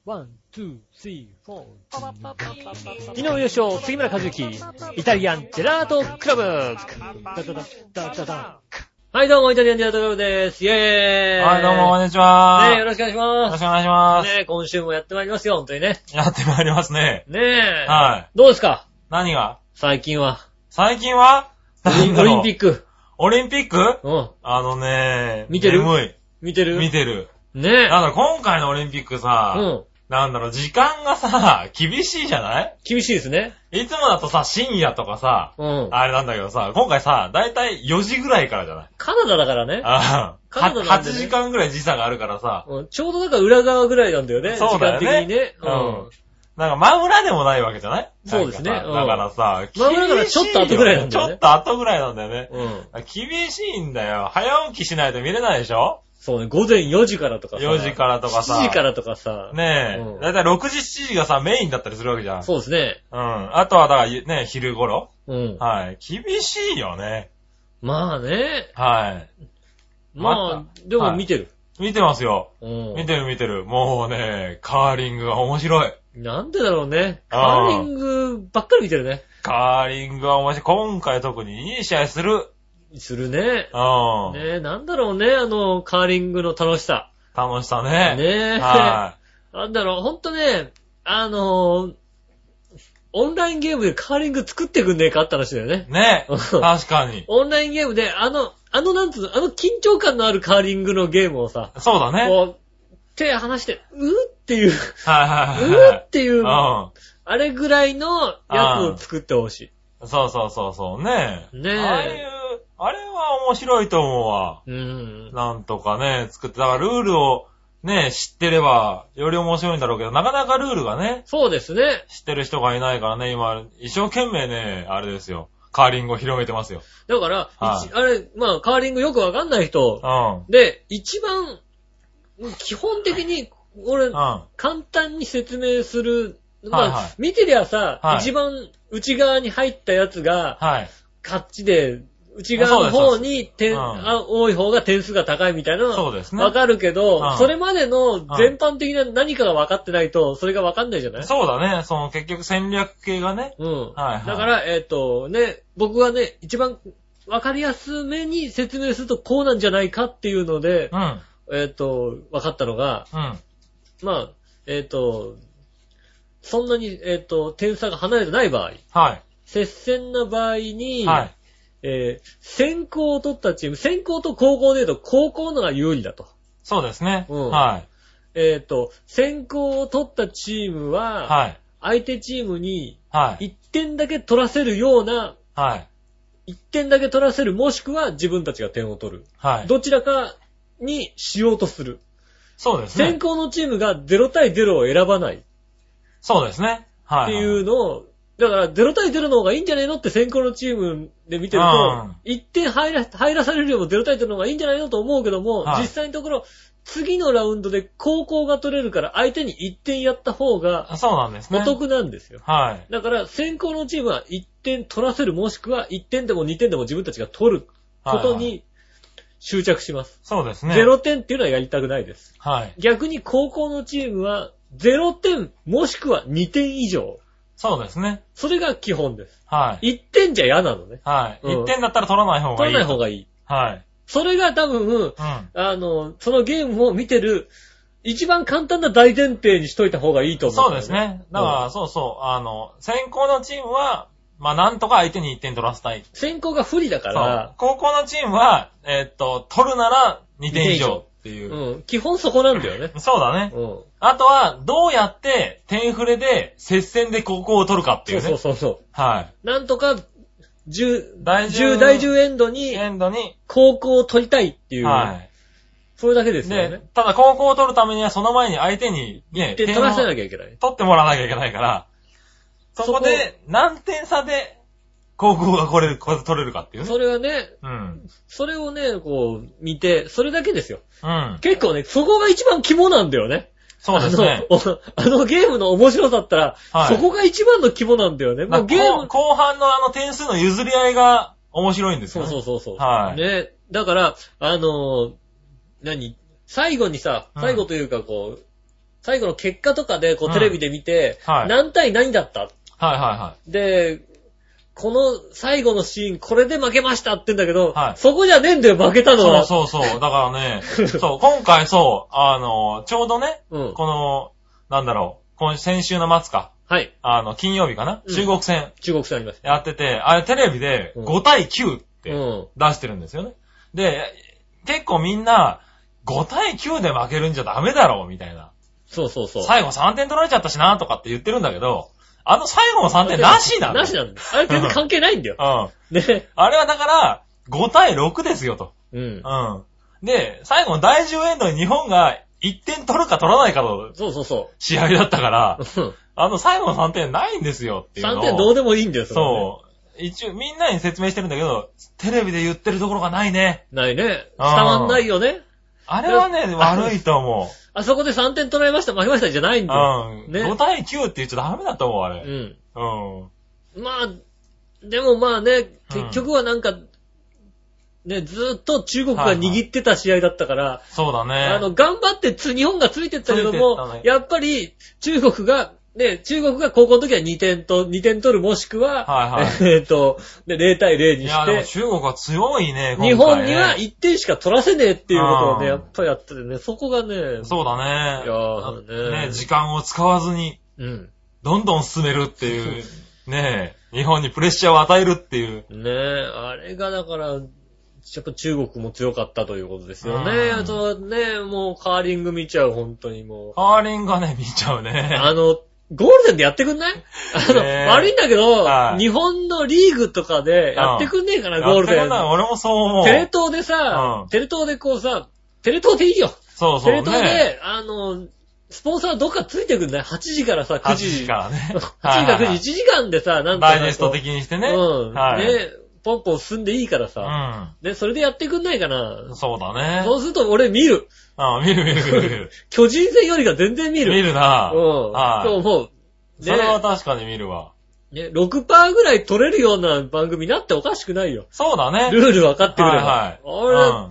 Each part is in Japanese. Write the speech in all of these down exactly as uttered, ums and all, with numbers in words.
ワン、ツー、スリー、フォー。井上芳雄、杉村和之、イタリアンジェラートクラブ。ダダダダダダ。はい、どうも、イタリアンジェラートクラブです。イェーイ。 はい、どうも、こんにちは。 ねえ、よろしくお願いします。 よろしくお願いします。 ねえ、今週もやってまいりますよ、本当にね。 やってまいりますね。 ねえ。 はい。 どうですか？ 何が？ 最近は。 最近はオリンピック。 オリンピック？ うん。 あのね、 見てる？ 眠い。 見てる？ 見てる。 ねえ。 なんだ、今回のオリンピックさ、 うん。 なんだろう、時間がさ、厳しいじゃない？ 厳しいですね。 いつもだとさ、深夜とかさ、うん。あれなんだけどさ、今回さ、だいたいよじぐらいからじゃない？ カナダだからね。 ああ。 カナダなんでね。 はちじかんぐらい時差があるからさ。 うん、ちょうどだから裏側ぐらいなんだよね。 そうだよね。 時間的にね。 うん。なんか真裏でもないわけじゃない？ そうですね。 うん、だからさ、 真裏からちょっと後ぐらいなんだよね。 ちょっと後ぐらいなんだよね。 うん。 厳しいんだよ。早起きしないと見れないでしょ？ そうね、午前よじからとかさ。 よじからとかさ。 しちじからとかさ。 ねえ。うん、だいたいろくじ、しちじがさ、メインだったりするわけじゃん。 そうですね。 うん。あとはだからね、昼頃。 うん。 はい。厳しいよね。 まあね。 はい。 まあ、でも見てる、 はい。見てますよ。 うん。 見てる見てる。もうね、カーリングが面白い。 なんでだろうね。カーリングばっかり見てるね。 カーリングは面白い。今回特にいい試合する。 するね。 うん。 ねえ、なんだろうね、あの、カーリングの楽しさ。 楽しさね。 ねえ。はい。なんだろう、ほんとね、あのー、オンラインゲームでカーリング作ってくんねえかって話だよね。 ねえ。確かに。 オンラインゲームで、あの、あのなんつうの、あの緊張感のあるカーリングのゲームをさ。 そうだね。 こう、手離して、うーっていう。 はいはいはい。 うーっていう。 うん。あれぐらいのやつを作ってほしい。 そうそうそうそう。ねえ。 ねえ。 ああいう、あれは面白いと思うわ。 うん。 なんとかね、作って、だからルールをね、知ってれば、より面白いんだろうけど、なかなかルールがね。 そうですね。 知ってる人がいないからね、今、一生懸命ね、あれですよ。カーリングを広めてますよ。 だから、 はい、 あれ、まあ、カーリングよくわかんない人。 うん。 で、一番、基本的に、俺、うん、簡単に説明する。まあ、はいはい、見てりゃさ、はい、一番内側に入ったやつが、はい、勝ちで、内側の方に点、うん、多い方が点数が高いみたいなのは、そうですね。わかるけど、うん、それまでの全般的な何かが分かってないと、それが分かんないじゃない？ そうだね。その結局戦略系がね。 うん。はいはい、だから、えっと、ね、僕がね、一番分かりやすめに説明するとこうなんじゃないかっていうので、うん、えっと、分かったのが、うん、まあ、えっと、そんなに、えっと、点差が離れてない場合、はい。接戦な場合に、はい。えー、先行を取ったチーム、先行と後攻で言うと後攻のが有利だと。 そうですね。うん。はい。 えっと、先行を取ったチームは、はい。相手チームに、はい。いってんだけ取らせるような、はい。いってんだけ取らせる、もしくは自分たちが点を取る。はい。どちらかにしようとする。 そうですね。 先行のチームがゼロ対ゼロを選ばない。 そうですね。はい。 っていうのを、だからゼロ対ゼロの方がいいんじゃないのって先行のチームで見てると、いってん入ら、入らされるよりもゼロ対ゼロの方がいいんじゃないのと思うけども、はい、実際のところ、次のラウンドで後攻が取れるから相手にいってんやった方が、 そうなんですね。 お得なんですよ。 はい。 だから先行のチームはいってん取らせる、もしくはいってんでもにてんでも自分たちが取ることに執着します。 そうですね。 ゼロてんっていうのはやりたくないです。 はい。 逆に後攻のチームはゼロてんもしくはにてん以上。 そうですね。 それが基本です。 はい。 いってんじゃ嫌なのね。 はい。うん、いってんだったら取らない方がいい。 取らない方がいい。 はい。 それが多分、うん、あの、そのゲームを見てる、一番簡単な大前提にしといた方がいいと思う、ね。 そうですね。だから、うん、そうそう、あの、先行のチームは、まあ、なんとか相手にいってん取らせたい。 先行が不利だから。 後攻のチームは、えー、っと、取るならにてん以上っていう。 うん。基本そこなんだよね。 そうだね。うん。あとは、どうやって点触れで接戦で後攻を取るかっていうね。 そうそうそうそう。 はい。 なんとか、10、だいじゅう、だいじゅうエンドに、 エンドに、 後攻を取りたいっていう。はい。それだけですよね。 で、ただ後攻を取るためにはその前に相手に、 ね、点取らせなきゃいけない。 取ってもらわなきゃいけないから、そこで何点差で後攻がこれ、これ取れるかっていうね。 それはね、 うん。 それをね、こう、見て、それだけですよ。 うん。 結構ね、そこが一番肝なんだよね。 そうですね。 あの、あのゲームの面白さったら、はい、そこが一番の肝なんだよね。 もうゲーム後半のあの点数の譲り合いが面白いんですよね。 そうそうそうそう。 はい。 ね。だから、あのー、何最後にさ、最後というかこう、 最後の結果とかで、こう、テレビで見て、うんはい、何対何だった。はいはいはい。 で、この最後のシーン、これで負けましたって言うんだけど、はい、そこじゃねえんだよ、負けたのは。 そうそうそう。だからね、そう、今回そう、あの、ちょうどね、うん、この、なんだろう、今先週の末か。はい。あの、金曜日かな、うん、中国戦。 中国戦あります。 やってて、あれテレビでご対きゅうって出してるんですよね。うん、で、結構みんな、ご対きゅうで負けるんじゃダメだろう、みたいな。 そうそうそう。 最後さんてん取られちゃったしな、とかって言ってるんだけど、あの最後のさんてんなしなんだ。 なしなんだ。あれ全然関係ないんだよ。 うん。ね。あれはだから、ご対ろくですよと。うん。うん。で、最後のだいじゅうエンドに日本がいってん取るか取らないかの、 そうそうそう。 試合だったから、あの最後のさんてんないんですよっていうの。 さんてんどうでもいいんだよ、 そう。一応、みんなに説明してるんだけど、テレビで言ってるところがないね。 ないね。伝わんないよね。 あれはね、悪いと思う。 あそこでさんてん取られました、負けましたじゃないんだよ。 うん。ね。ご対きゅうって言っちゃダメだと思う、あれ。うん。 うん。まあ、でもまあね、結局はなんか、うん、ね、ずーっと中国が握ってた試合だったから、はいはい、 そうだね。 あの、頑張ってつ、日本がついてったけども、ね、やっぱり中国が、ね、中国が高校の時はにてんと、にてん取るもしくは、はいはい、えっと、ね、ゼロ対ゼロにして。いや、 でも中国は強いね、今回ね。 日本にはいってんしか取らせねえっていうことをね、やっぱりやっててね、そこがね。 そうだね。 いやーね、ね、時間を使わずに、うん。どんどん進めるっていう、ね、日本にプレッシャーを与えるっていう。 ねえ、あれがだから、やっぱ中国も強かったということですよね。あとね、もうカーリング見ちゃう、本当にもう。 カーリングがね、見ちゃうね。 あの、ゴールデンでやってくんないあの、悪いんだけど、はい、日本のリーグとかでやってくんねえかな、うん、ゴールデン。やってくんない、 俺もそう思う。 テレ東でさ、うん、テレ東でこうさ、テレ東でいいよ。 そうそう、ね。 テレ東で、あの、スポンサーどっかついてくんない ?はち 時からさ、くじ。 はちじからね。 はちじからくじ、いちじかんでさ、なんか。 ダイジェスト的にしてね。 うん。はい、ね、ポンポン進んでいいからさ。うん。で、それでやってくんないかな。 そうだね。 そうすると俺見る。 ああ、見る見る見る見る。 巨人戦よりが全然見る。 見るな。 うん。はい。そう思う。 それは確かに見るわ。 ね、ろくパーセント ぐらい取れるような番組になっておかしくないよ。 そうだね。 ルール分かってくれば。 はいはい。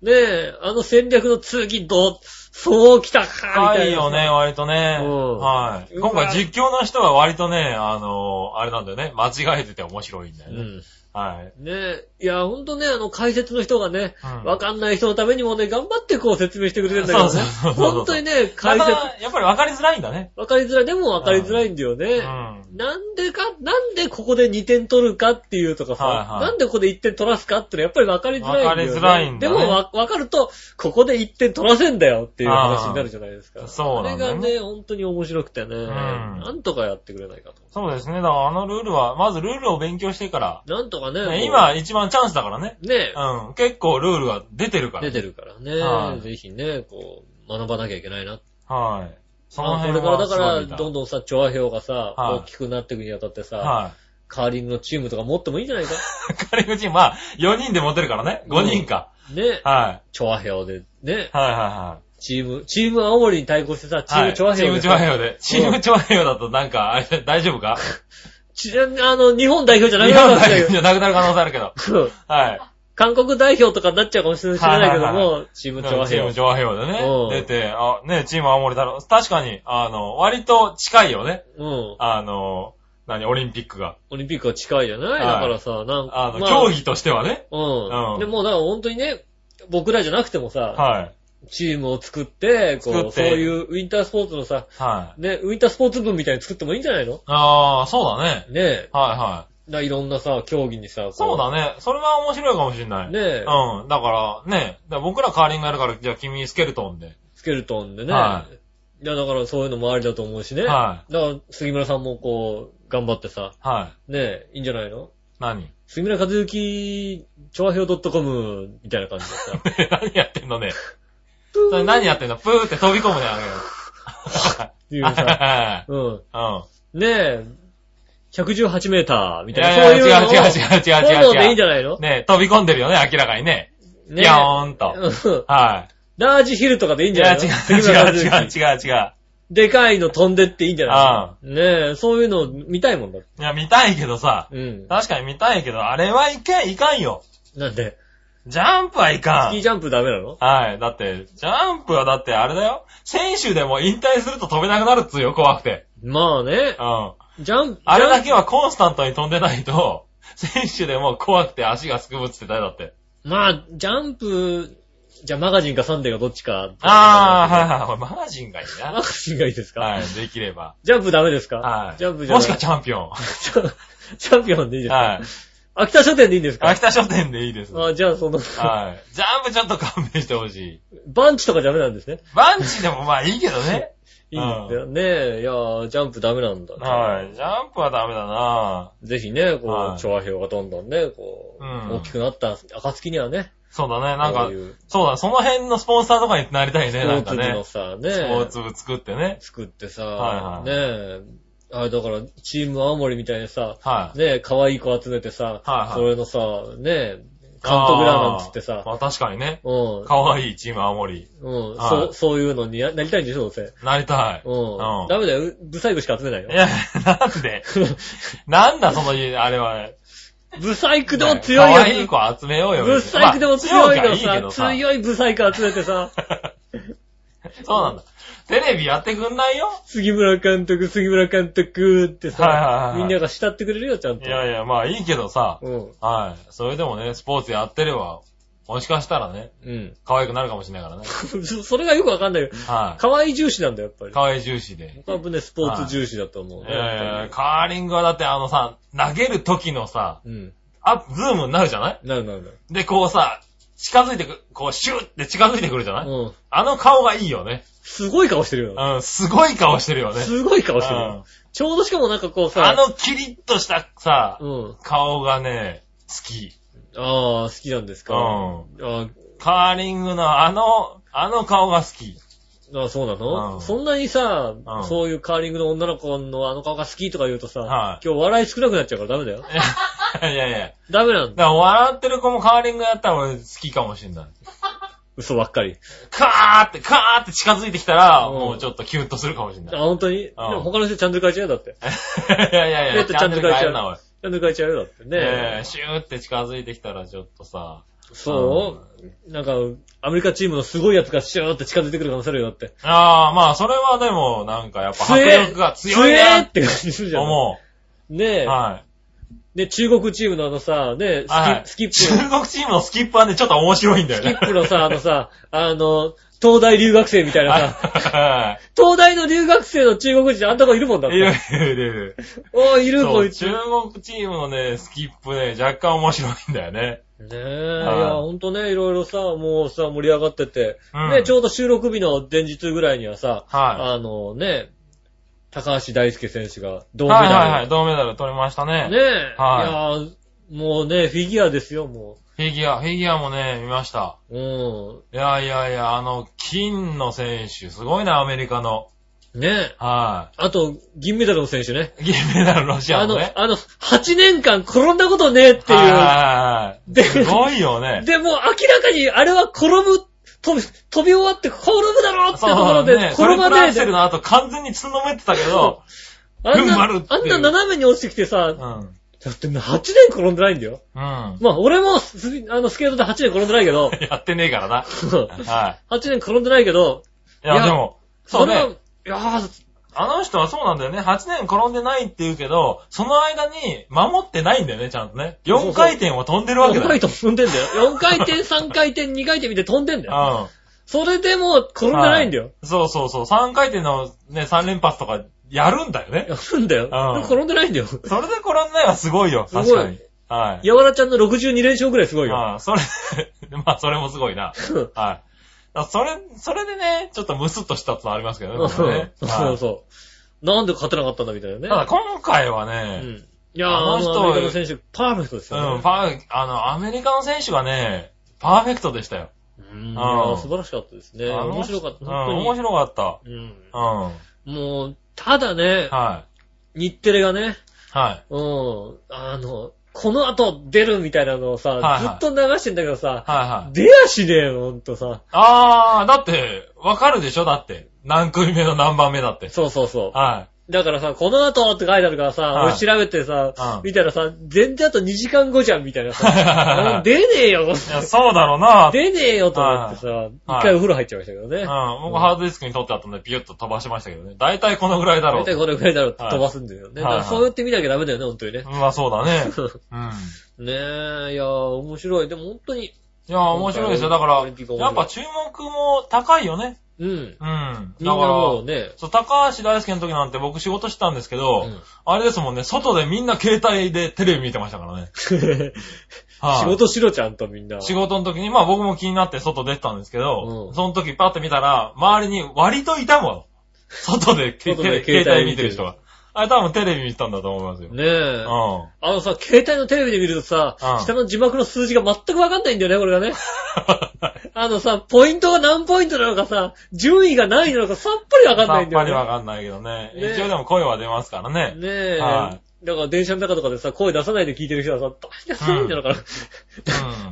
あれ、うん、ねえ、あの戦略の次どう、そう来たか、みたいな。 はいよね、割とね。うん。はい。今回実況の人は割とね、あの、あれなんだよね、間違えてて面白いんだよね。うん。はい。 ねえ。いや、ほんとね、あの、解説の人がね、うん、わかんない人のためにもね、頑張ってこう説明してくれるんだけどね。そうそうそうそう。ほんとにね、解説。 やっぱりわかりづらいんだね。 わかりづらい。でもわかりづらいんだよね。うん。なんでか、なんでここでにてん取るかっていうとかさ、はいはい、なんでここでいってん取らすかってのはやっぱりわかりづらいんだよね。 わかりづらいんだね。 でもわ、わかると、ここでいってん取らせんだよっていう話になるじゃないですか。 そうなんだ、ね。 あれがね、ほんとに面白くてね、うん、なんとかやってくれないかと。 そうですね。だからあのルールは、まずルールを勉強してから。 なんとかね。 ね今、一番チャンスだからね。 ねうん。結構ルールが出てるから。 出てるからね。はい、ぜひね、こう、学ばなきゃいけないな。 はい。 その辺はこれからだから、どんどんさ、調和表がさ、はい、大きくなっていくにあたってさ、はい、カーリングのチームとか持ってもいいんじゃないかカーリングチーム、まあ、よにんで持てるからね。ごにんか。 うん、ね。はい。調和表で、ね。 はいはいはい。 チーム、チーム青森に対抗してさ、チーム調和表で、 はい。チーム調和表で。チーム調和表だとなんか、あれ、大丈夫かちなみに、あの、日本代表じゃなくなるかもしれないけど。日本代表じゃなくなる可能性あるけど。はい。 韓国代表とかになっちゃうかもしれないけども、はいはいはい、チーム調和表。 チーム調和表でね。出て、あ、ね、チーム青森だろ。確かに、あの、割と近いよね。うん。あの、何、オリンピックが。 オリンピックは近いじゃない、はい、だからさ、なんか。 あの、まあ、競技としてはね。 うん。うん。でも、だから本当にね、僕らじゃなくてもさ、はい。チームを作って、こう、そういうウィンタースポーツのさ、はい。ね、ウィンタースポーツ部みたいに作ってもいいんじゃないの？ ああ、そうだね。 ねえ。 はいはい。 だいろんなさ、競技にさ、 そうだね。それは面白いかもしれない。ねえ。うん。だから、ねえ。僕らカーリングやるから、じゃあ君スケルトンで。 スケルトンでね。はい。いや、だからそういうのもありだと思うしね。はい。だから、杉村さんもこう、頑張ってさ。はい。ねえ、いいんじゃないの？ 何？ 杉村和之、調和表 .com みたいな感じでさ。何やってんのね。それ何やってんの？プーって飛び込むね、あれ。っていうさ。うん。うん。 ねえ。ひゃくじゅうはちメーターみたいな。 いやいや、そういうの違う違う違う違う違う。 そういうのでいいんじゃないの？ ねえ、飛び込んでるよね、明らかにね。ねえ。ピヨーンと。はい。 ラージヒルとかでいいんじゃないの？いや、 違う違う違う違う違う。 でかいの飛んでっていいんじゃないの？ねえ、そういうの見たいもんだ。 いや、見たいけどさ。うん。確かに見たいけど、あれはいけん、いかんよ。 なんで？ ジャンプはいかん。 スキージャンプダメなの？ はい。だって、ジャンプはだってあれだよ。選手でも引退すると飛べなくなるっつうよ、怖くて。 まあね。 うん。 ジャンプ、 あれだけはコンスタントに飛んでないと、選手でも怖くて足がすくぶっつってたよ、だって。 まあ、ジャンプ、じゃあマガジンかサンデーがどっちか。 ああ、はいはい。マガジンがいいな。 マガジンがいいですか？ はい、できれば。 ジャンプダメですか？ はい。 ジャンプじゃない。 もしくはチャンピオン。 チャンピオンでいいですか？ はい。 秋田書店でいいんですか？ 秋田書店でいいです。 あ、じゃあその。 はい。ジャンプちょっと勘弁してほしい。 バンチとかダメなんですね。 バンチでもまあいいけどね。 いいんだよね。いやー、ジャンプダメなんだ。 はい。ジャンプはダメだな。 ぜひね、こう、調和表がどんどんね、こう、うん、大きくなった暁にはね。 そうだね、なんか、うそうだ、その辺のスポンサーとかになりたいね、なんかね。スポーツのさ、ね。スポーツ部作ってね。 作ってさ、 はいはい、 ねえ。あ、だから、チーム青森みたいにさ、 はい、 ねえ、可愛い子集めてさ、はいはい、それのさ、ねえ、監督だなんつってさ。 まあ確かにね。 うん。 可愛いチーム青森。 うん。はい、そう、そういうのになりたいんでしょ、どうせ。 なりたい。 うん。うん。ダメだよ。ブサイクしか集めないよ。 いや、なんでなんだその、あれは。 ブサイクでも強いよ。 可愛い子集めようよ。 ブサイクでも強いのさ、 まあ、 強いブサイク集めてさ。 そうなんだ。テレビやってくんないよ。 杉村監督、杉村監督ってさ、 はいはいはい、 みんなが慕ってくれるよ、ちゃんと。 いやいや、まあいいけどさ、うん、はい。それでもね、スポーツやってれば、もしかしたらね、うん。可愛くなるかもしれないからね。 それがよくわかんないよ。はい。可愛い重視なんだよ、やっぱり。 可愛い重視で。 多分ね、スポーツ重視だと思うね。 いやいや、カーリングはだってあのさ、投げる時のさ、うん。アップ、ズームになるじゃない？ なるなるなる。 で、こうさ、近づいてく、こうシューって近づいてくるじゃない？うん。あの顔がいいよね。 すごい顔してるよ。 うん、すごい顔してるよね。 すごい顔してるよ。うん、ちょうどしかもなんかこうさ、 あのキリッとしたさ、うん、顔がね、好き。 ああ、好きなんですか。うん。 あカーリングのあの、あの顔が好き。 ああ、そうなの、うん、そんなにさ、うん、そういうカーリングの女の子のあの顔が好きとか言うとさ、はい、今日笑い少なくなっちゃうからダメだよ。 いやいや。 ダメなんだ。 だから笑ってる子もカーリングやったら俺好きかもしんない。 嘘ばっかり。 カーって、カーって近づいてきたら、うん、もうちょっとキュンとするかもしんない。 あ、本当に、うん、でも他の人チャンネル変えちゃうよ、だって。 いやいやいや、 チャンネル変えちゃうな、おい。チャンネル変えちゃうよ、だってね。 えー、シューって近づいてきたらちょっとさ。 そう、うん、なんか、アメリカチームのすごいやつがシューって近づいてくる可能性あるよ、だって。 ああ、まあ、それはでも、なんかやっぱ迫力が強いな。 強いって感じするじゃん。 思う。ねえ。 はい。 で、中国チームのあのさ、ね、スキ,、はい、スキップ。 中国チームのスキップはね、ちょっと面白いんだよね。 スキップのさ、あのさ、あの、東大留学生みたいなさ、東大の留学生の中国人あんた子いるもんだって。 いるいるいる。 おー、いるこいつ。 中国チームのね、スキップね、若干面白いんだよね。 ねえ、いや、ほんとね、いろいろさ、もうさ、盛り上がってて、うん、ね、ちょうど収録日の前日ぐらいにはさ、はい、あのね、高橋大輔選手が銅メダル。 はいはいはい、銅メダル取りましたね。 ねえ、はい、いや、もうね、フィギュアですよ、もう。 フィギュア、フィギュアもね、見ました。 うん。 いやいやいや、あの、金の選手、すごいな、アメリカの。 ねえ。 はい。 あと、銀メダルの選手ね。 銀メダルロシアのね。 あの、あの、はちねんかん転んだことねえっていう。 はいはいはい。で、すごいよね。 でも、明らかに、あれは転ぶ、飛び、飛び終わって転ぶだろうってところで、 ね、転ばねえで。トリプルアクセルの後完全につんのめってたけど、 あんな、あんな斜めに落ちてきてさ、うん。だってはちねん転んでないんだよ。うん。まあ、俺もス、あの、スケートではちねん転んでないけど。 やってねえからな。はい。 はちねん転んでないけど。 いや、いやでも、そうね。 いやー、 あの人はそうなんだよね。はちねん転んでないって言うけど、その間に守ってないんだよね、ちゃんとね。よんかい転を飛んでるわけだよ。 よんかい飛んでんだよ。よんかい転、さんかい転、にかい転見て飛んでんだよ。うん。それでも転んでないんだよ。はい、 そうそうそう。さんかい転のね、さん連発とかやるんだよね。 やるんだよ。うん。転んでないんだよ。それで転んでないはすごいよ。確かに。はい。 やわらちゃんのろくじゅうに連勝ぐらいすごいよ。 ああ、それ、まあ、それもすごいな。はい。それ、それでね、ちょっとムスッとしたってのありますけどね。ねそうそう。なんで勝てなかったんだみたいなね。 ただ今回はね、うん、 いやー、あの人、アメリカの選手、パーフェクトですよね。 うん、パーフェクト、あの、アメリカの選手がね、パーフェクトでしたよ。 うん、いや素晴らしかったですね。面白かった。 本当に。面白かった。 うん。うん。もう、ただね、はい。日テレがね、 はい。 うん。あの、この後出るみたいなのをさ、はいはい、ずっと流してんだけどさ、はいはい、出やしねえよ、ほんとさ。 あー、だって、わかるでしょだって。何組目の何番目だって。 そうそうそう。 はい。 だからさ、この後って書いてあるからさ、俺調べてさ、見たらさ、全然あとにじかんごじゃんみたいなさ、出ねえよ。いや、 そうだろうな。 出ねえよと思ってさ、一回お風呂入っちゃいましたけどね。 うん。僕ハードディスクに取ってあったんでピュッと飛ばしましたけどね。大体このぐらいだろう。 大体このぐらいだろうって飛ばすんだよね。だからそうやって見なきゃダメだよね、本当にね。 まあそうだね。 うん。ねえ、いや、面白い。でも本当に。 いや、面白いですよ。だから、やっぱ注目も高いよね。 うん。うん。 だからもうね、 そう、高橋大輔の時なんて僕仕事してたんですけど、うん、あれですもんね、外でみんな携帯でテレビ見てましたからね。 はあ、仕事しろちゃんとみんな。 仕事の時に、まあ僕も気になって外出てたんですけど、うん、その時パッと見たら、周りに割といたもん。外で携帯見てる人が。あれ多分テレビ見てたんだと思いますよ。 ねえ。うん。あのさ、携帯のテレビで見るとさ、うん、下の字幕の数字が全くわかんないんだよね、これがね。あのさ、ポイントが何ポイントなのかさ、順位が何なのかさっぱりわかんないんだよね。 さっぱりわかんないけどね。ね一応でも声は出ますからね。 ねえ。はい。だから電車の中とかでさ、声出さないで聞いてる人はさ、何なのかな、うん、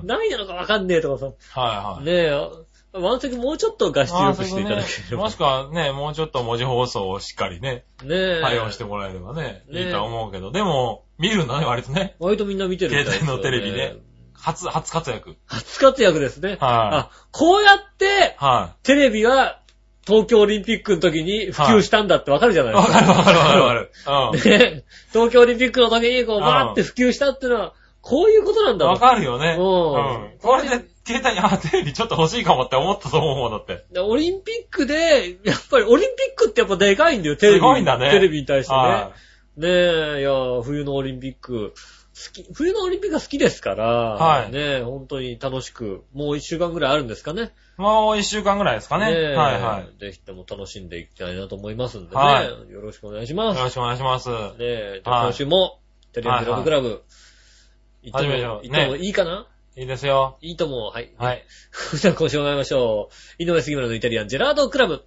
何なのかわかんねえとかさ。はいはい。ねえ。ワンセグもうちょっと画質良くしていただければ、 ね。もしくはね、もうちょっと文字放送をしっかりね。ね対応してもらえればね、ねいいとは思うけど。でも、見るんだね、割とね。 割とみんな見てるみたいですよね。 携帯のテレビね。初、初活躍。 初活躍ですね。はい、あ、こうやって、はい、テレビは、東京オリンピックの時に普及したんだってわかるじゃないですか。 わ、はい、かるわかるわかるわかる。 うん、ね。東京オリンピックの時にこう、バーって普及したっていうのは、こういうことなんだわかるよね。うん。これで、携帯に、あ、テレビちょっと欲しいかもって思ったと思うもんだって。 オリンピックで、やっぱりオリンピックってやっぱでかいんだよ、テレビ。すごいんだね。 テレビに対してね。はい、ねえ、いや、冬のオリンピック、好き、冬のオリンピックが好きですから、はい。ねえ、本当に楽しく、もう一週間ぐらいあるんですかね。 もう一週間ぐらいですかね。ねはいはい。 ぜひとも楽しんでいきたいなと思いますんでね。はい。よろしくお願いします。 よろしくお願いします。ねえ、じゃあ今週も、テレビゼロクラブ、はいはい、行っても、行ってもいいかな、 いいですよ。 いいとも、はい。 はい。 じゃあ今週も参りましょう。井上杉村のイタリアンジェラードクラブ。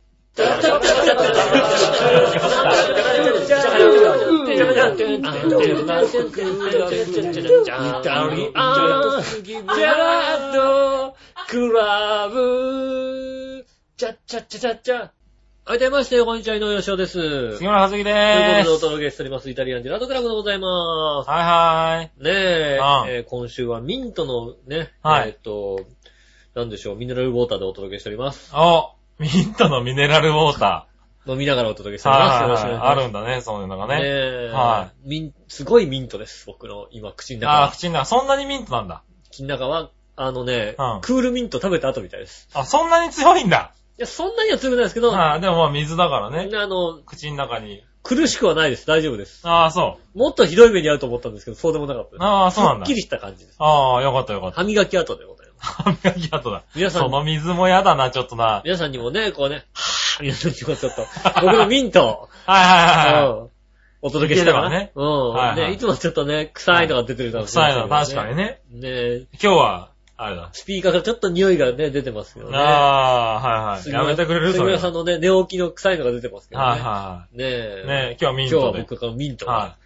はい、どうもみなさん、こんにちは、井上芳雄です。 杉村和樹でーす。ということでお届けしております、イタリアンジェラートクラブでございます。 はいはーい。 ねえ、うんえー、今週はミントのね、はい、えっと、なんでしょう、ミネラルウォーターでお届けしております。 お、ミントのミネラルウォーター。飲みながらお届けしております。よろしくお願いします。 あるんだね、そういうのがね。ねえ、はい。ミン、すごいミントです、僕の今、口の中。 ああ、口の中、そんなにミントなんだ。 口の中は、あのね、うん、クールミント食べた後みたいです。 あ、そんなに強いんだ。 いや、そんなには強くないですけど。 ああ、でもまあ水だからね。 あの、 口の中に。 苦しくはないです。大丈夫です。 ああ、そう。 もっとひどい目に遭うと思ったんですけど、そうでもなかったです。 ああ、そうなんだ。 すっきりした感じです。 ああ、よかったよかった。 歯磨き跡でございます。 歯磨き跡だ。 皆さん。 その水もやだな、ちょっとな。 皆さんにもね、こうね、はぁ、皆さんにもちょっと、僕のミント。 はいはいはい。うん。 お届けしたからね。 うん。はい、はい。ね、いつもちょっとね、臭いのが出てるかもしれない、 ね。臭いの、確かにね。 ね今日は、あれだ。 スピーカーからちょっと匂いがね、出てますよね。 ああ、はいはい。やめてくれるそれ。 杉村さんのね、寝起きの臭いのが出てますけどね。 はいはい。 ねえ。 ねえ、今日はミントで。 今日は僕からミント。はい。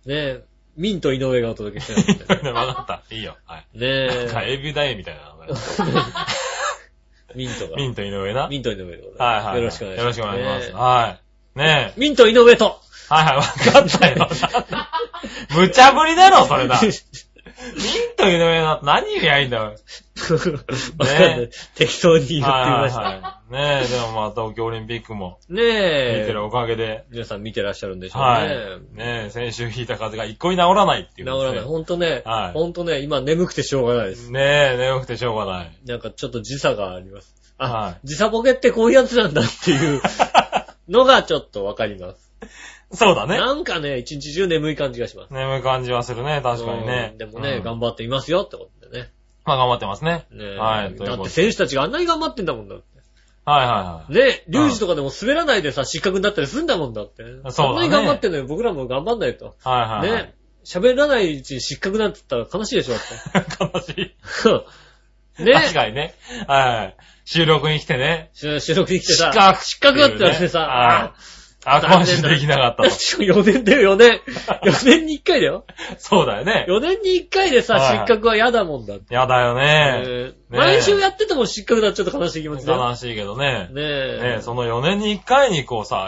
ねえ、ミント井上がお届けしてるんで、 ね。わかった。いいよ。はい。 ねえ。 なんかエビダイみたいな。 ミントが。 ミント井上な。 ミント井上でございます。 はいはい。 よろしくお願いします。 よろしくお願いします。はい。ねえ。 ミント井上と。 はいはい、わかったよ。無茶ぶりだろ、それだ。ミント井上な、何言えばいいんだよ。 ね、適当に言ってみました。はいはい、ねえ、でもまあ東京オリンピックも。 ねえ。 見てるおかげで。 皆さん見てらっしゃるんでしょうね。はい。 ねえ、先週引いた風が一向に治らないっていう、 ね。治らない。ほんとね。はい。ほんとね、今眠くてしょうがないです。 ねえ、眠くてしょうがない。 なんかちょっと時差があります。あ、はい、時差ボケってこういうやつなんだっていうのがちょっとわかります。 そうだね。 なんかね、一日中眠い感じがします。 眠い感じはするね、確かにね。 でもね、うん、頑張っていますよってことでね。 まあ頑張ってますね。 ねはい。だって選手たちがあんなに頑張ってんだもんだって。 はいはいはい。 ね、リュウジとかでも滑らないでさ、失格になったりするんだもんだって。そうだね。そんなに頑張ってんのよ、僕らも頑張んないと。 はいはい、はい。 ね、喋らないうちに失格なんて言ったら悲しいでしょ、だって。悲しい。 ね。 確かにね。はい。収録に来てね。 収録に来てさ。 失格失格だったらねさ、 はい。あ、今週できなかったと。 よねんだよ、よねん。よねんにいっかいだよ。 そうだよね。 よねんにいっかいでさ、失格は嫌だもんだって。 嫌だよね。えー、ね毎週やってても失格だっちゃうと悲しい気持ちだよ。 悲しいけどね。 ねえ。 ねえ、そのよねんにいっかいにこうさ、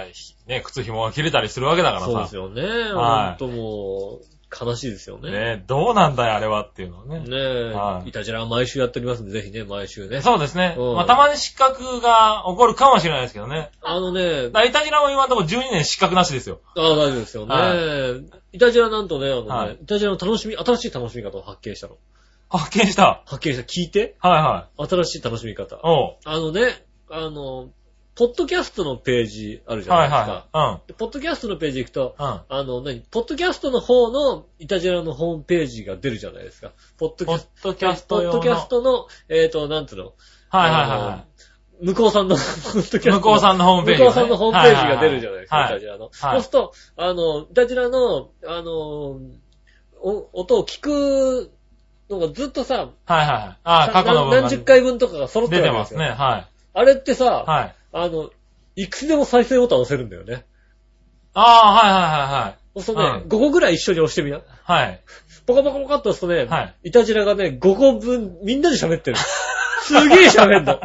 ね、靴紐が切れたりするわけだからさ。 そうですよね。はい。ほんともう、悲しいですよね。 ね、どうなんだよ、あれはっていうのはね。 ねえ。はい。いたじらは毎週やっておりますんで、ぜひね、毎週ね。 そうですね。うん、まあ、たまに失格が起こるかもしれないですけどね。 あのね。 いたじらも今のところじゅうにねん失格なしですよ。 ああ、大丈夫ですよね。はい。いたじらなんとね、あのね、はい、いたじらの楽しみ、新しい楽しみ方を発見したの。 発見した発見した。聞いて。 はいはい。 新しい楽しみ方。 おう。 あのね、あの、ポッドキャストのページあるじゃないですか。はいはい。うん。でポッドキャストのページ行くと、うん。あの、何ポッドキャストの方のイタジラのホームページが出るじゃないですか。ポッドキャスト。ポッドキャスト用の。ポッドキャストの、えっ、ー、と、なんつうの。 はいはいはい。 向こうさんの、ポッドキャスト。 向こうさんのホームページ、 ね。向こうさんのホームページが出るじゃないですか、はいはいはい、イタジラの。はい、そうすると、あの、イタジラの、あの、お音を聞くのがずっとさ、はいはいはい。ああ、過去の分何十回分とかが揃ってるわけですよ。 出てますね、はい。 あれってさ、 はい。 あの、いくつでも再生ボタン押せるんだよね。 ああ、はいはいはいはい。 そうするとね、うん、ごこぐらい一緒に押してみな。 はい。 ポカポカポカっと押すとね、はい。イタジラがね、ごこぶん、みんなで喋ってる。すげえ喋んの。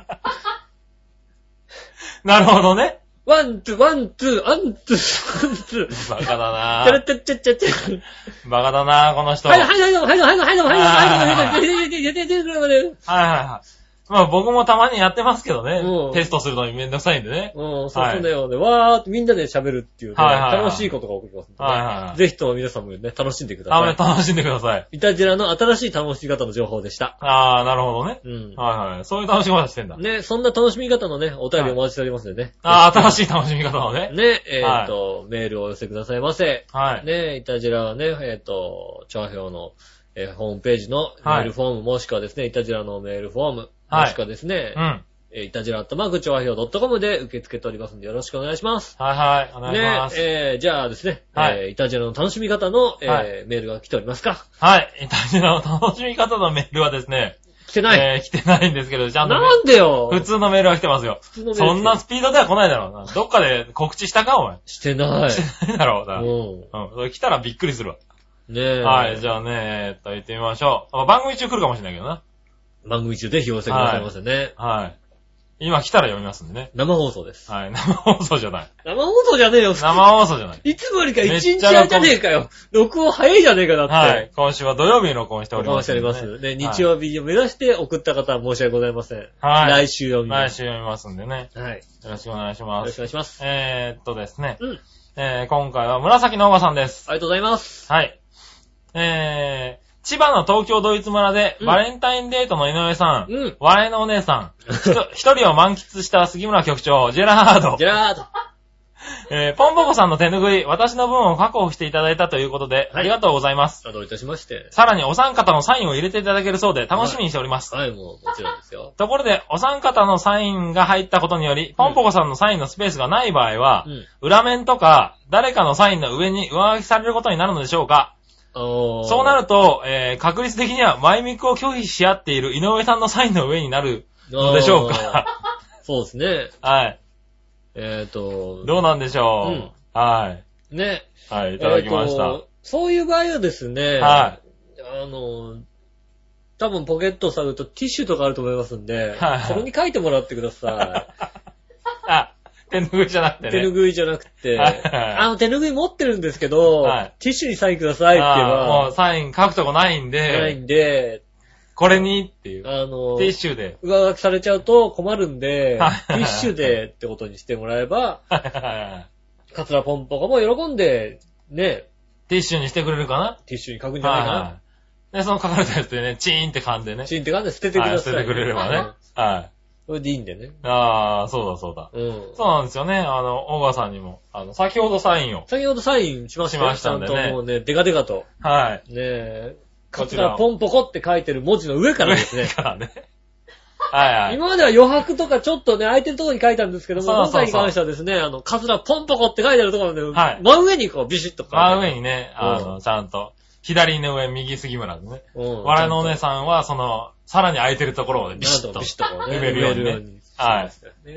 なるほどね。 ワン、ツー、ワン、ツー、ワン、ツー、ワン、ツー。 バカだなぁ。 チャラチャチャチャチャ。 バカだなぁ、この人。 はい、はい、はい、はい、はい、はい、はい、はい、はい、はい、はい、はい、 はい。まあ僕もたまにやってますけどね。うん、テストするのにめんどくさいんでね。 うん、そうだよね。わーってみんなで喋るっていうね、はいはいはい、楽しいことが起きますんで、ね。はいはいはい。ぜひとも皆さんもね、楽しんでください。 あ、楽しんでください。 イタジラの新しい楽しみ方の情報でした。 あー、なるほどね。うん。はいはい。そういう楽しみ方してんだ。 ね、そんな楽しみ方のね、お便りお待ちしておりますのでね。 あー、新しい楽しみ方のね。 ね、えーっと、はい、メールをお寄せくださいませ。 はい。 ね、イタジラはね、えーっと、調和表の、えー、ホームページのメールフォーム、はい、もしくはですね、イタジラのメールフォーム、もしくはですね、はい、うん。イタジラアットマーク調和表 .com で受け付けておりますのでよろしくお願いします。 はいはい、お願いします。 ね、えー、じゃあですね、はい、えー、イタジラの楽しみ方の、えーはい、メールが来ておりますか？ はい、イタジラの楽しみ方のメールはですね、 来てない。 えー、来てないんですけど、ちゃんと。 なんでよ。 普通のメールは来てますよ。普通のメール。そんなスピードでは来ないだろうな。どっかで告知したかお前。 してない。 してないだろうな。 うん。 うん。それ来たらびっくりするわ。 ねえ。 はい、じゃあね、えー、っと、言ってみましょう。番組中来るかもしれないけどな。 番組中ぜひお寄せくださいませね。 はい。はい、今来たら読みますんでね。 生放送です。 はい、生放送じゃない。 生放送じゃねえよ。 生放送じゃない。 いつもよりか一日早じゃねえかよ。録音早いじゃねえかだって。 はい。今週は土曜日に録音しております、 ね。録音しております。ね、日曜日を目指して送った方は申し訳ございません。 はい。 来週読みます。 来週読みますんでね。 はい。 よろしくお願いします。 よろしくお願いします。 えーっとですね。 うん。 えー、今回は紫のおばさんです。 ありがとうございます。 はい。えー、千葉の東京ドイツ村で、バレンタインデートの井上さん、うん、笑いのお姉さん、一人を満喫した杉村局長、ジェラード。 ジェラード。 えー、ポンポコさんの手拭い、私の分を確保していただいたということで、はい、ありがとうございます。 どういたしまして。 さらにお三方のサインを入れていただけるそうで、楽しみにしております。 はい、はい、もうもちろんですよ。 ところで、お三方のサインが入ったことにより、ポンポコさんのサインのスペースがない場合は、うん、裏面とか、誰かのサインの上に上書きされることになるのでしょうか？そうなると、えー、確率的にはマイミクを拒否し合っている井上さんのサインの上になるのでしょうか？ そうですね。 はい。 えっ、ー、と。 どうなんでしょう、うん、はい。 ね。 はい、いただきました、えー。 そういう場合はですね、 はい。 あの、多分ポケットを探るとティッシュとかあると思いますんで、はい、そこに書いてもらってください。 あ、手拭いじゃなくてね。 手拭いじゃなくて、あの手拭い持ってるんですけど、はい、ティッシュにサインくださいって言えば、 もうサイン書くとこないんで、 ないんで、 これにっていう。 あの、 ティッシュで。 上書きされちゃうと困るんで、ティッシュでってことにしてもらえば、カツラポンポコも喜んで、ね。 ティッシュにしてくれるかな？ ティッシュに書くんじゃないかな？はいはい、 で、その書かれたやつでね、チーンって噛んでね。 チーンって噛んで捨ててください、ね。はい、 捨ててくれればね。はい。 それでいいんでね。 ああ、そうだそうだ。うん。そうなんですよね。あの、大川さんにも、あの、先ほどサインを。 先ほどサインしました、 しましたんでね。 ちゃんともうね、デカデカと。 はい。 ねえ。カツラポンポコって書いてる文字の上からですね。 上からね。はいはい。 今までは余白とかちょっとね、空いてるところに書いたんですけども、今回に関してはですね、あの、カツラポンポコって書いてあるところで、はい、真上にこうビシッと書いてある。真上にね、あの、ちゃんと。左の上、右杉村でね。うん。笑いのお姉さんは、その、さらに空いてるところをね、ビシッと。ビシッとこうね。埋めるようにね。はい。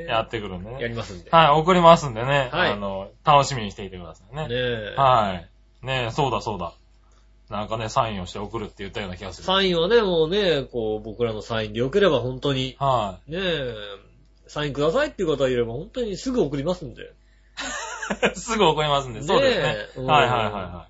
やってくるんでね。 やりますんで。 はい、送りますんでね。はい。あの、楽しみにしていてくださいね。ねえ。はい。ねえ、そうだそうだ。なんかね、サインをして送るって言ったような気がする。 サインはね、もうね、こう、僕らのサインでよければ本当に。はい。ねえ、サインくださいっていう方がいれば本当にすぐ送りますんで。 すぐ送りますんで。そうですね。はいはいはいはい。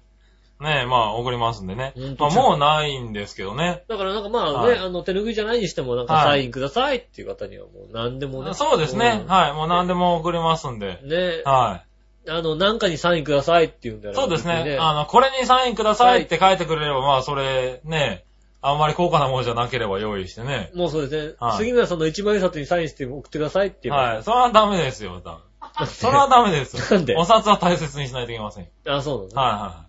ねえ、まあ送りますんでね。まあもうないんですけどね。 だからなんかまあね、あの、手拭いじゃないにしてもなんかサインくださいっていう方にはもう何でもね。 そうですね。はい。もう何でも送りますんで。 ね。 はい。 あの、なんかにサインくださいって言うんだよね。 そうですね。あの、これにサインくださいって書いてくれれば、まあそれ、ね、あんまり高価なものじゃなければ用意してね。 もうそうですね。はい、杉村さんの一万円札にサインして送ってくださいっていう。 はい。それはダメですよ、多分。それはダメですよ。 なんで？ お札は大切にしないといけません。 あ、そうなんですね。はいはい。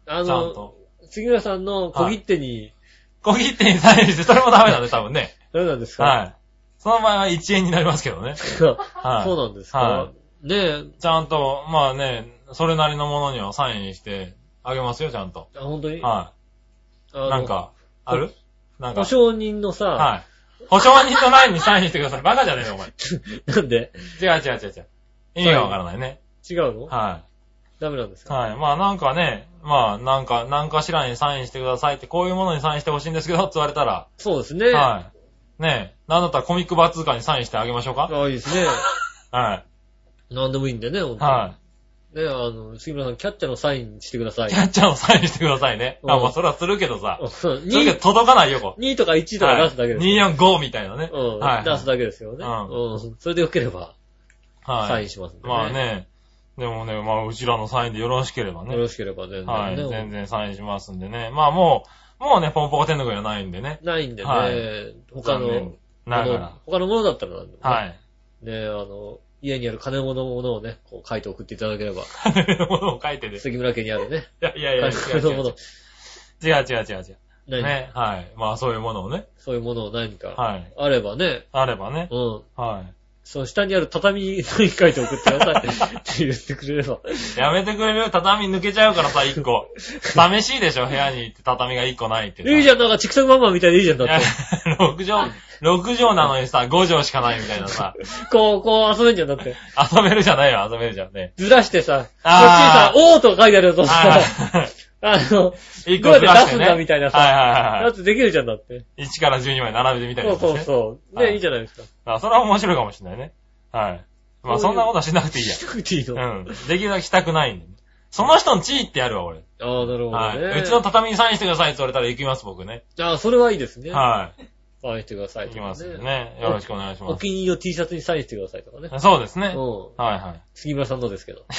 あの、ちゃんと。杉村さんの小切手に、はい、 小切手にサインして、それもダメなんで、多分ね。 ダメなんですか？ はい。その場合はいちえんになりますけどね。はい。 そうなんですか？ はい。 ねえ。 ちゃんと、まあね、それなりのものにはサインしてあげますよ、ちゃんと。 あ、本当に？ はい。なんか、ある？なんか。 保証人のさ、 はい。保証人のラインにサインしてください。バカじゃねえの、お前。 なんで？ 違う違う違う違う。意味がわからないね。 違うの？ はい。 ダメなんですか？ はい。まあなんかね、まあなんか、なんかしらにサインしてくださいって、こういうものにサインしてほしいんですけど、って言われたら。 そうですね。 はい。ねえ。なんだったらコミックバーツーカーにサインしてあげましょうか？ ああ、いいですね。 はい。 なんでもいいんでね、ほんとに。 はい。 ね、あの、杉村さん、キャッチャーのサインしてください。 キャッチャーのサインしてくださいね。あ、まあ、それはするけどさ。するけど届かないよ、こう。 にとかいちとか出すだけです。 に、よん、ごみたいなね。 うん。はい。出すだけですよね。うん。それでよければ、はい。サインしますんでね。 まあね。でもね、まあ、うちらのサインでよろしければね。 よろしければ全然ね。 はい。全然サインしますんでね。まあ、もう、もうね、ポンポコ手ぬぐいはないんでね。 ないんでね。はい。他の、 ながら。 他のものだったらなんでもね。 はい。 ね、あの、家にある金物のものをね、こう書いて送っていただければ。 金のものを書いてね。 杉村家にあるね。 いやいやいや、 金のもの。 違う違う違う違う。何？ね、はい。まあそういうものをね。 そういうものを何か。 はい。 あればね。 あればね。 うん。 はい。 その下にある畳に書いて送ってくださいって言ってくれれば。 やめてくれる？畳抜けちゃうからさ、一個。寂しいでしょ、部屋に行って畳が一個ないって。 いいじゃん、なんかチクサクマンマンみたいでいいじゃん、だって。 六畳、六畳なのにさ、五畳しかないみたいなさ。 こう、こう遊べんじゃん、だって。 遊べるじゃないよ、遊べるじゃんね。 ずらしてさ、こっちにさ、おーとか書いてあるとさ、あの、 一個ずらしてね。どうやって出すんだみたいなさ。はいはいはい。だってできるじゃんだって。 いちからじゅうにまで並べてみたいな、ね。 そうそうそう。ね、はい、いいじゃないですか。 あ、それは面白いかもしれないね。はい。まあそんなことはしなくていいや。 しなくていいの？ うん。できるだけしたくないんで。その人の地位ってやるわ、俺。 ああ、なるほどね。はい。 うちの畳にサインしてくださいって言われたら行きます、僕ね。 ああ、それはいいですね。 はい。 サインしてください、 ね。行きますね。よろしくお願いします。 お気に入りの T シャツにサインしてくださいとかね。 そうですね。 うん。 はいはい。 杉村さんのですけど。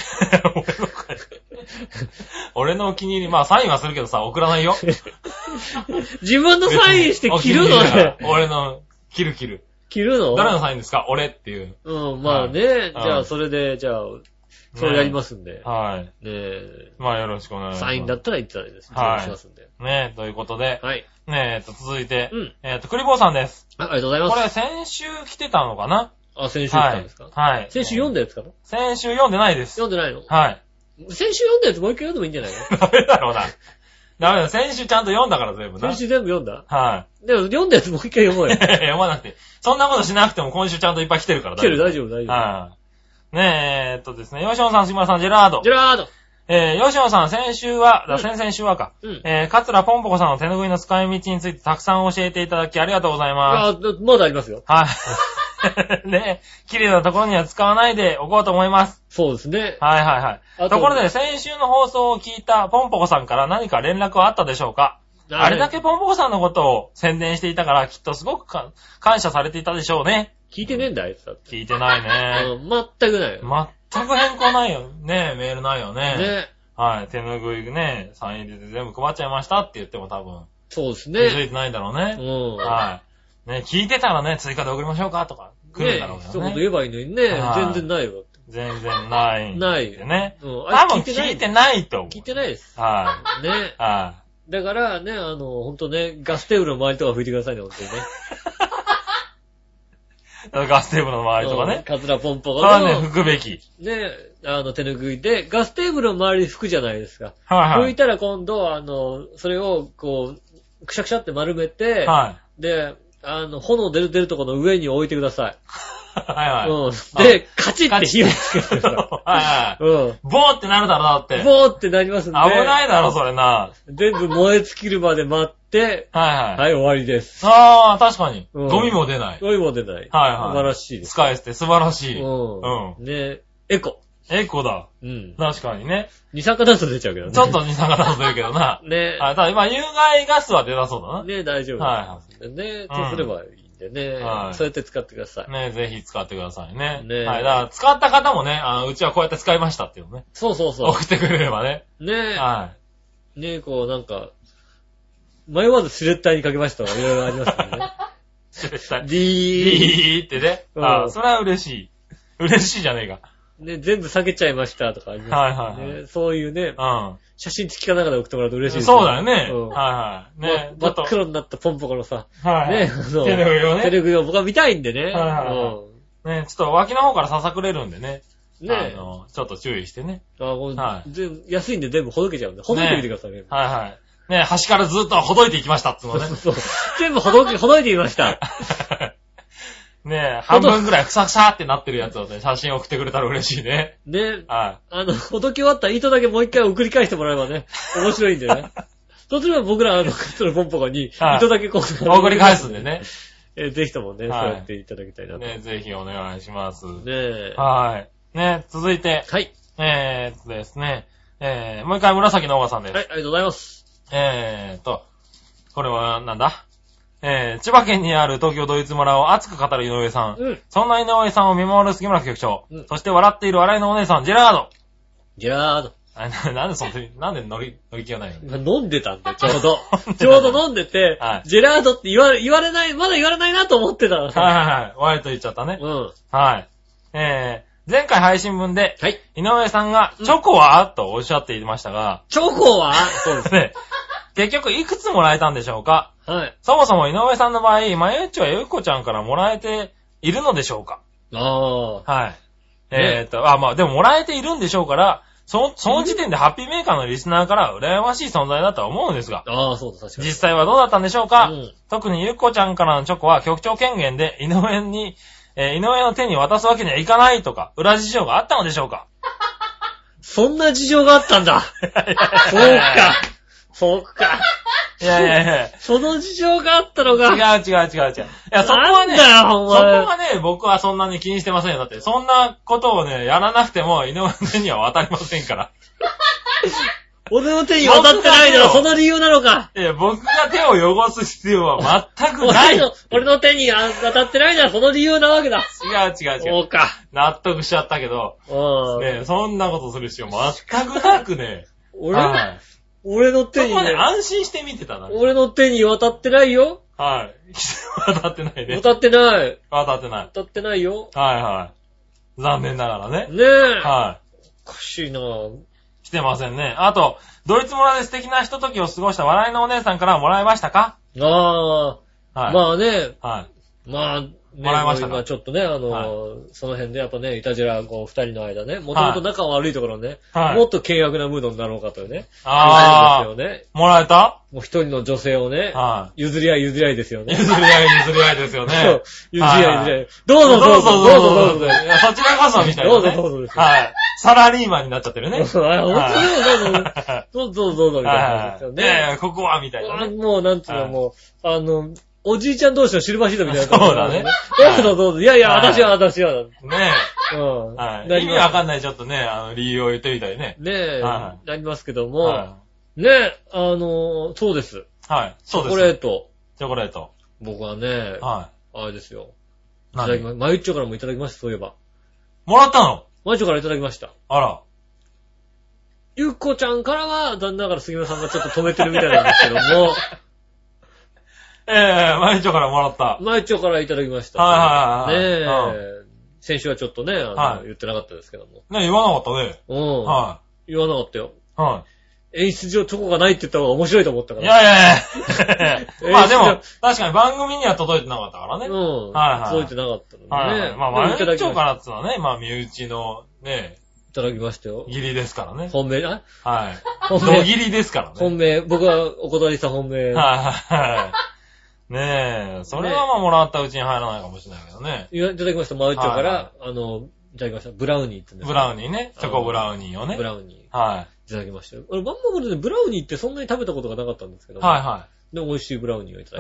俺のお気に入り、まあサインはするけどさ、送らないよ。 自分のサインして着るのね。 俺の、着る着る。 着るの？ 誰のサインですか？俺っていう。 うん、まあね。じゃあそれで、じゃあ、それやりますんで。 はい。 ねえ。 まあよろしくお願いします。 サインだったら言ってたらいいです。はい。しますんで。 ねえ、ということで。 はい。 ねえ、と、続いて。うん。えっと、クリボーさんです。 ありがとうございます。 これ先週来てたのかな？ あ、先週来たんですか？ はい。 先週読んだやつかな？ 先週読んでないです。 読んでないの？ はい。 先週読んだやつもう一回読んでもいいんじゃないの？ ダメだろうな。ダメだ、先週ちゃんと読んだから全部な。 先週全部読んだ？ はい。 でも読んだやつもう一回読もうよ。 読まなくて。そんなことしなくても今週ちゃんといっぱい来てるから。 来てる、大丈夫、大丈夫。 はい。ねえ、えっとですね、ヨシオンさん、杉村さん、ジェラード。 ジェラード。 えー、ヨシオンさん、先週は、だ、先々週はか。うん。えー、カツラポンポコさんの手拭いの使い道についてたくさん教えていただきありがとうございます。 あ、まだありますよ。 はい。ね、綺麗なところには使わないでおこうと思います。 そうですね。 はいはいはい。ところで、先週の放送を聞いたポンポコさんから何か連絡はあったでしょうか？あれだけポンポコさんのことを宣伝していたから、きっとすごくか感謝されていたでしょうね。 聞いてねえんだ、あいつだって。 聞いてないね。 うん、全くないよ。 全く変更ないよ。ねえ、メールないよね。 ね。 はい、手拭いね、サイン入れて全部配っちゃいましたって言っても多分。 そうですね。 気づいてないんだろうね。 うん。 はい。ね、聞いてたらね、追加で送りましょうかとか、来るんだろうね。 一言言えばいいのにね、全然ないよ。 全然ない。 ない。 ね。うん。多分聞いてないと思う。 聞いてないです。 はい。 ね。 はい。 だからね、あの、ほんとね、ガステーブルの周りとか拭いてくださいね、ほんとにね。 ガステーブルの周りとかね。 カツラポンポコの。それはね、拭くべき。 ね、あの、手拭いで、ガステーブルの周り拭くじゃないですか。 はいはい。 拭いたら今度、あの、それを、こう、くしゃくしゃって丸めて、 はい。 で、あの、炎出る出るところの上に置いてください。 はいはい。 うん。で、カチッて火をつけてください。 はいはい。うん。ボーってなるだろ、だって。 ボーってなりますんで。 危ないだろ、それな。 全部燃え尽きるまで待って、 はいはい。 はい、終わりです。 ああ、確かに。うん、ゴミも出ない。 ゴミも出ない。 はいはい。 素晴らしいです。 使えて素晴らしい。 うん。うん。ね、エコ。 エコだ。 うん。 確かにね。 二酸化炭素出ちゃうけどね。 ちょっと二酸化炭素出るけどな。 ね。 はい。ただ、まあ、有害ガスは出なそうだな。 ね、大丈夫。はい。ね、とすればいいんでね。はい。そうやって使ってください。 ね、ぜひ使ってくださいね。ね。はい。だから、使った方もね、あの、うちはこうやって使いましたっていうのね。 そうそうそう。 送ってくれればね。 ね。 はい。 ね、こう、なんか、迷わずシュレッダーにかけましたとか、いろいろありますからね。 シュレッダー。 ディー。 ディーってね。ああ、それは嬉しい。嬉しいじゃねえか。 ね、全部下げちゃいましたとかあります、ね。はいはい、はいね。そういうね、うん、写真付きかなんかで送ってもらうと嬉しいですね。そうだよね。うん、はいはい。ね、 ま、真っ黒になったポンポコのさ、 はい、 ね、あの、 テレグをね。 テレグを僕は見たいんでね。はいはいはい、うん、ね、ちょっと脇の方からささくれるんでね。ねあの、ちょっと注意してね。 あ、はい、安いんで全部ほどけちゃうんで、ほどいてみてくださいね。ねはいはい。ね、端からずっとほどいていきましたってのね。 そう。全部ほどけ、ほどいてみました。 ねえ、半分ぐらいふさふさってなってるやつをね、写真送ってくれたら嬉しいね。 ね。はい。あの、ほどき終わった糸だけもう一回送り返してもらえばね、面白いんでね。そうすれば僕ら、あの、そのポンポコに、糸だけこう、 送り返すんでね。 えー、ぜひともね、はい、そうやっていただきたいなと。 ね、ぜひお願いします。 ねえ。 はい。ね、続いて。 はい。 えーっとですね、えー、もう一回紫のおばさんです。 はい、ありがとうございます。 えーっと、これはなんだえー、千葉県にある東京ドイツ村を熱く語る井上さん。うん。そんな井上さんを見守る杉村局長。うん。そして笑っている笑いのお姉さん、ジェラード。 ジェラード。 あな、なんでその、なんで乗り、乗り気がないの飲んでたんだよ、ちょうど。ちょうど飲んでて、はい、ジェラードって言われ、言われない、まだ言われないなと思ってた。はいはいはい。割と言っちゃったね。うん。はい。えー、前回配信分で、はい。井上さんが、チョコは、うん、とおっしゃっていましたが、 チョコはそうですね。結局、いくつもらえたんでしょうか？ はい。 そもそも井上さんの場合、まゆっちはゆっこちゃんからもらえているのでしょうか？ ああ。 はい。ね、えー、っと、あ、まあ、でももらえているんでしょうから、そ、その時点でハッピーメーカーのリスナーから羨ましい存在だとは思うんですが。 ああ、そうだ、確かに。 実際はどうだったんでしょうか？うん、特にゆっこちゃんからのチョコは局長権限で井上に、えー、井上の手に渡すわけにはいかないとか、裏事情があったのでしょうか？ そんな事情があったんだ。そうか。そうか。 いやいやいや。 その事情があったのが。 違う違う違う違う。いや、そこはね、そこはね、僕はそんなに気にしてませんよ。だって、そんなことをね、やらなくても、井上の手には渡りませんから。 俺の手に渡ってないのはその理由なのか。 いや、僕が手を汚す必要は全くない。 俺の、俺の手に渡ってないのはその理由なわけだ。 違う違う違う。 そうか。 納得しちゃったけど。うん。ね、そんなことする必要全くなくね。 俺は俺の手に、ね。 そこまで安心して見てたな。 俺の手に渡ってないよ。 はい。渡ってないね。 渡ってない。 渡ってない。 渡ってないよ。 はいはい。残念ながらね。 ねえ。 はい。 おかしいなぁ。 来てませんね。あと、ドイツ村で素敵なひとときを過ごした笑いのお姉さんからもらいましたか？ ああ。はい。まあね。 はい。 まあ、ね、 もらいましたか？ 今ちょっとね、あの、はい、その辺でやっぱね、イタジラ、こう、二人の間ね、もともと仲悪いところね、はい、もっと険悪なムードになろうかというね。 ああ。 ですよね。 もらえた？ もう一人の女性をね、 はい、 譲り合い譲り合いですよね。 譲り合い譲り合いですよね。そう。 譲り合い譲り合い。どうぞどうぞどうぞどうぞ。 いや、そちらこそみたいな、ね。 どうぞどうぞです。 はい。サラリーマンになっちゃってるね。 本当にどうぞどうぞどうぞみたいな感じですよね。 ねえ、ここはみたいな、ね。 もうなんつうのもう、あの、おじいちゃん同士のシルバーシートみたいな。 そうだね。 どうぞどうぞ。いやいや、私は私は。ねえ。うん。はい。意味わかんないちょっとね、あの、理由を言ってみたいね。 ねえ。なりますけども。ねえ、あの、そうです。 はい。そうです。 チョコレート。 チョコレート。 僕はね、 はい。 あれですよ。いただきま、マユッチョからもいただきました、そういえば。 もらったの？ マユッチョからいただきました。 あら。 ゆっこちゃんからは、残念ながら杉村さんがちょっと止めてるみたいなんですけども。 ええー、マユッチョからもらった。 マユッチョからいただきました。 はいはいはい。 ねえ、うん。先週はちょっとね、あの、はい、言ってなかったですけども。 ね言わなかったね。 うん。はい。言わなかったよ。 はい。 演出上チョコがないって言った方が面白いと思ったから。 いやいやいやまあでも、確かに番組には届いてなかったからね。 うん。 はいはい。 届いてなかったのでね。はいはい。まあ、マユッチョからってのはね、まあ、身内のね、 いただきましたよ。 義理ですからね。 本命、あはい。本命。義理ですからね。 本命。僕はお断りした本命。 はいはい。ねえ。それはまあもらったうちに入らないかもしれないけどね。 いただきました。マユッチョから、あの、いただきました。ブラウニーってね。 ブラウニーね。チョコブラウニーをね。 ブラウニー。はい。 いただきましたよ。俺、まんまこれね、ブラウニーってそんなに食べたことがなかったんですけど。 はいはい。 で、美味しいブラウニーをいただきました。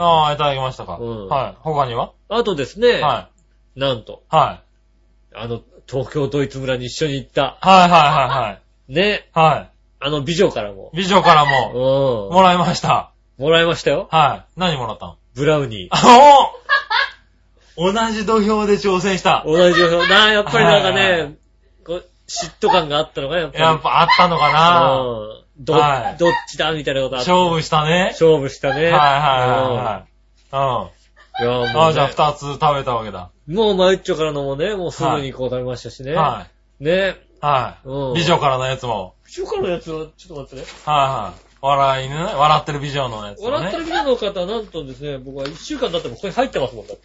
ああ、いただきましたか。うん。はい。他には？ あとですね。 はい。 なんと。 はい。 あの、東京ドイツ村に一緒に行った。 はいはいはいはい。 ね。 はい。 あの美女からも。 美女からも。うん。もらいました。 もらいましたよ。 はい。何もらったの？ ブラウニー。 お同じ土俵で挑戦した。 同じ土俵。なあ、やっぱりなんかね、はいはいはい、こう嫉妬感があったのかやっぱり。 やっぱあったのかな。 うん。ど、はい、どっちだみたいなことあった。 勝負したね。 勝負したね。はいはいはいはい。うん。いやもう、ね、あ、じゃあ二つ食べたわけだ。 もうマユッチョからのもね、もうすぐにこう食べましたしね。 はい。 ね。 はい。うん。美女からのやつも。 美女からのやつは、ちょっと待ってね。 はいはい。笑いね、笑ってる美女のやつ、ね。 笑ってる美女の方はなんとですね、僕は一週間経ってもここに入ってますもんだって。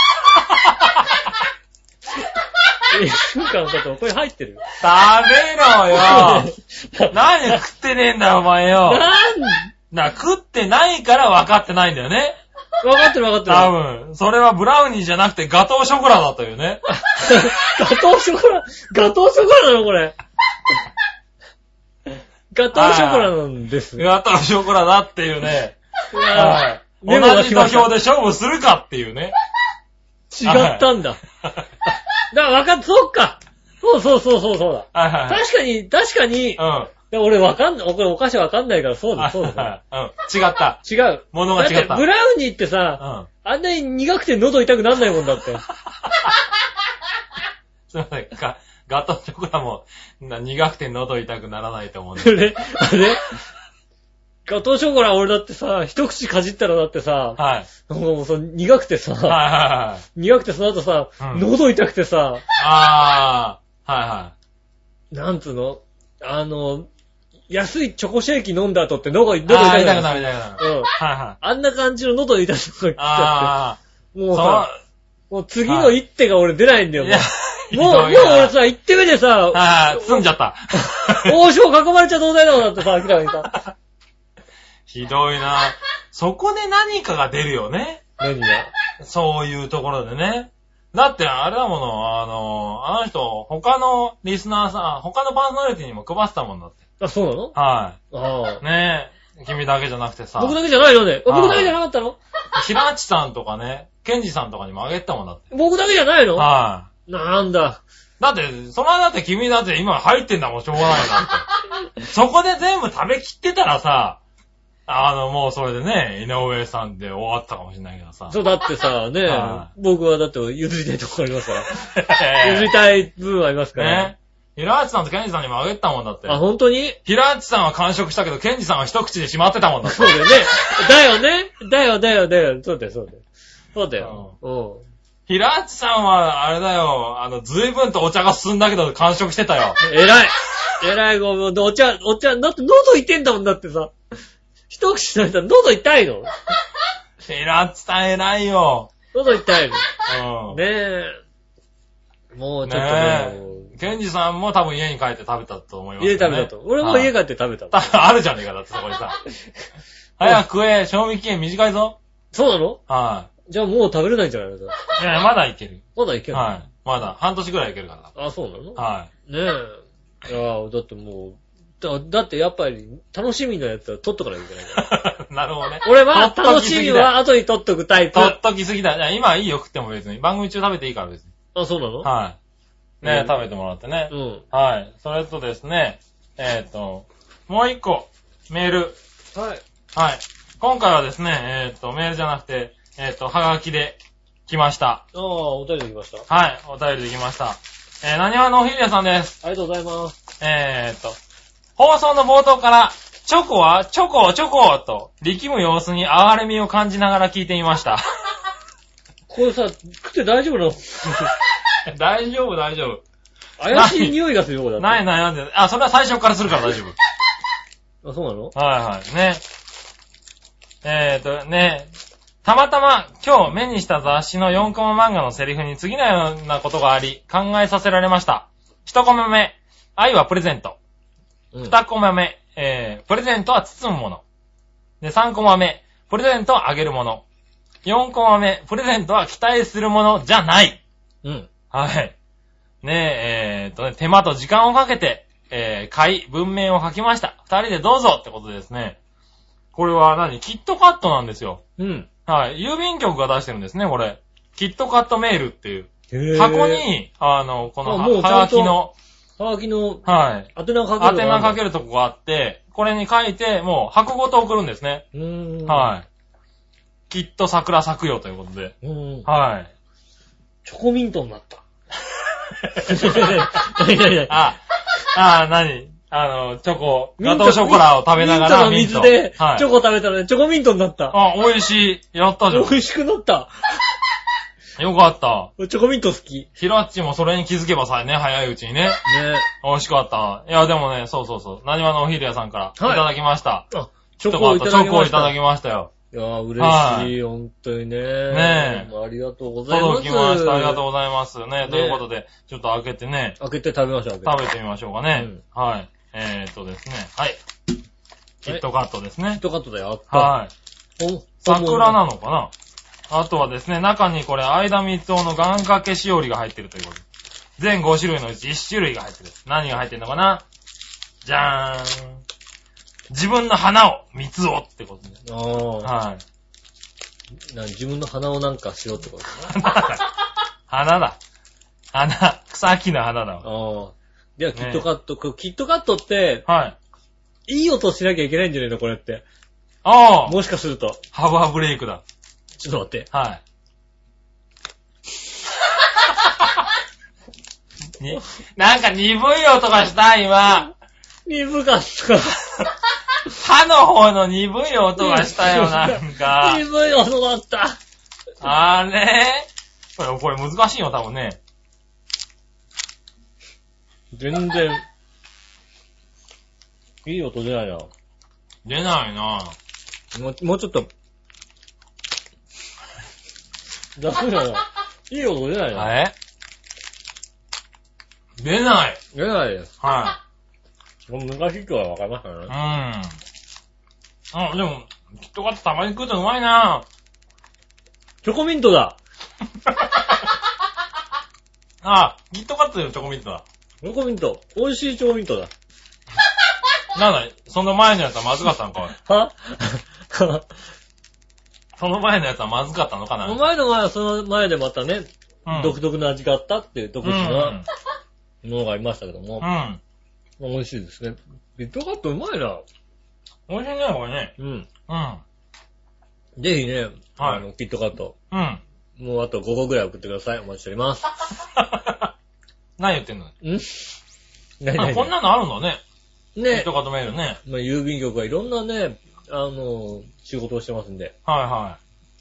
一週間経ってもここに入ってるよ。 食べろよ何食ってねえんだよ、お前よ。 なんな、食ってないから分かってないんだよね。 分かってる分かってる。 多分。それはブラウニーじゃなくてガトーショコラだというね。 ガトーショコラ、ガトーショコラなのこれ。ガトーショコラなんです。 ガトーショコラだっていうね。はい。同じ土俵で勝負するかっていうね。 違ったんだ。だから分かった、そっか。そうそうそうそうそうだ。 はいはいはい、 確かに、確かに。うん。俺分かんない、これお菓子分かんないからそうだ、そうだ。 うん。違った。 違う。 ものが違った。だってブラウニーってさ、うん、あんなに苦くて喉痛くなんないもんだって。 すいませんか。ガトーショコラも苦くて喉痛くならないと思うんで。 あれあれガトーショコラ俺だってさ、一口かじったらだってさ、 はい。 もうそ苦くてさ、はいはいはい、 苦くてその後さ、うん、喉痛くてさ、 あー、はいはい。 なんつうのあの、安いチョコシェーキ飲んだ後って喉、喉痛くなる。痛くなる痛くなる。 うん。はいはい。あんな感じの喉痛くなる。 あー。もうさ、もう次の一手が俺出ないんだよ。 いやもう、もう俺さ、一手目でさ、 ああ、積んじゃった。 王将囲まれちゃ同罪だもんだってさ、明らかにさ。 ひどいな。そこで何かが出るよね。 何が？ そういうところでね。だってあれだもの、あの、あの人、他のリスナーさん、他のパーソナリティにも配ってたもんだって。 あ、そうなの？ はい。 ああ。 ねえ。君だけじゃなくてさ。 僕だけじゃないよね。僕だけじゃなかったの？ 平地さんとかね、ケンジさんとかにもあげたもんだって。 僕だけじゃないの？ はい。 なんだ。 だって、その間だって君だって今入ってんだもん、しょうがないなって。そこで全部食べきってたらさ、あの、もうそれでね、井上さんで終わったかもしれないけどさ。 そう、だってさ、ね、はい、僕はだって譲りたいとこありますから。譲りたい部分ありますから。 ね。平内さんとケンジさんにもあげたもんだって。 あ、本当に？ 平内さんは完食したけど、ケンジさんは一口でしまってたもんだって。 そうだよね。だよね。だよ、だよ、だよ。そうだよ、そうだよ。そうだよ。うん。 平内さんは、あれだよ、あの、随分とお茶が進んだけど、完食してたよ。 偉い。偉い、ごめん。お茶、お茶、だって喉痛いんだもんだってさ。一口食べたら喉痛いの？ 平内さん偉いよ。 喉痛いの。うん。ねえ。もうちょっとね。 ケンジさんも多分家に帰って食べたと思いますね。 家で食べたと。俺も家帰って食べた。 あるじゃねえか、だってそこにさ。早く食え、賞味期限短いぞ。 そうなの？ はい。 じゃあもう食べれないんじゃないの？いや、まだいける。 まだいける？ はい。まだ、半年くらいいけるから。あ、そうなの？ はい。 ねえ。いやだってもう、だ, だってやっぱり楽しみなやつは取っとかないといけないから。 なるほどね。 俺は楽しみは後に取っとくタイプ。 取っときすぎだ。じゃあ今いいよ食っても別に。番組中食べていいから別に。 あ、そうなの？ はい。ねえ、うん、食べてもらってね。 うん。 はい。それとですね、えっと、もう一個、メール。 はい。 はい。今回はですね、えっと、メールじゃなくて、えっと、はがきで来ました。 ああ、お便りで来ました。 はい、お便りで来ました。えー、なにわのおひりやさんです。 ありがとうございます。 えーっと、放送の冒頭から、チョコはチョコチョコと力む様子に哀れみを感じながら聞いてみました。 これさ、食って大丈夫なの？ 大丈夫、大丈夫。 怪しい匂いがするよ、これだって。 ないない、なんで。あ、それは最初からするから大丈夫。あ、そうなの？ はいはい。ね。えーっと、ね、たまたま今日目にした雑誌のよんコマ漫画のセリフに次のようなことがあり、考えさせられました。いちコマ目、愛はプレゼント。にコマ目、えー、プレゼントは包むもの。で、さんコマ目、プレゼントはあげるもの。よんコマ目、プレゼントは期待するものじゃない。 うん。 はい。ねえ、えーっとね、手間と時間をかけて、えー、買い、文面を書きました。二人でどうぞってことですね。これは何？キットカットなんですよ。 うん。 はい。郵便局が出してるんですね、これ。キットカットメールっていう。 箱に、あの、このはがきの、 はがきの、 はい。 宛名かける。 宛名かけるとこがあって、これに書いて、もう箱ごと送るんですね。 うーん。 はい。きっと桜咲くよということで。 うん。 はい。 チョコミントになった。 あ、あ、なにあの、チョコ、ガトーショコラを食べながらミントの水で、チョコ食べたらね、チョコミントになった。 あ、美味しい。やったじゃん。 美味しくなった。 よかった。 チョコミント好き。 ヒラッチもそれに気づけばさえね、早いうちにね。ね。美味しかった。いや、でもね、そうそうそう。なにわのおひるやさんから、いただきました。 あ、チョコをいただきました。 チョコをいただきましたよ。 いやー、嬉しい、ほんとにね。 ねえ。ありがとうございます。 届きました。ありがとうございます。ね。ということで、ちょっと開けてね。 開けて食べましょう。 食べてみましょうかね。はい。えーっとですね。はい。キットカットですね。 キットカットだよ。あった。 はい。桜なのかな？あとはですね、中にこれ、相田光夫の願掛けしおりが入ってるということで。全ご種類のうちいち種類が入ってる。何が入ってるのかな？じゃーん。自分の花を、三つをってことで。 ああ。 はい。 な、自分の花をなんかしろってことだね。花だ。花。草木の花だわ。 ああ。では、キットカット、ね、キットカットって、 はい。 いい音しなきゃいけないんじゃないのこれって。 ああ。 もしかすると。 ハバーブレイクだ。 ちょっと待って。 はい。に、なんか鈍い音がした、今。 鈍かった。 歯の方の鈍い音がしたよ、なんか。 鈍い音だった。 あれこれ、これ難しいよ、多分ね。 全然、いい音出ないな。 出ないな。 もう、もうちょっと、ダメだな。いい音出ないな。 え出ない。 出ないです。 はい。 もう昔からわかりましたね。 うん。あ、でも、キットカットたまに食うとうまいな。 チョコミントだ。 あ、キットカットでチョコミントだ。 チョコミント。美味しいチョコミントだ。 なんだ、その前のやつはまずかったのかはその前のやつはまずかったのかな。 お前の前はその前でまたね、うん、独特な味があったっていう独特なものがありましたけども。うん。美味しいですね。キットカットうまいな。 美味しいね、これね。 うん。 うん。 ぜひね、はい、あの、キットカット。 うん。 もうあとごこぐらい送ってください。お待ちしております。 何言ってんの？ん？ 何何？ こんなのあるのね。 ね。 キットカットメールね。 まあ、郵便局はいろんなね、あの、仕事をしてますんで。 はいはい。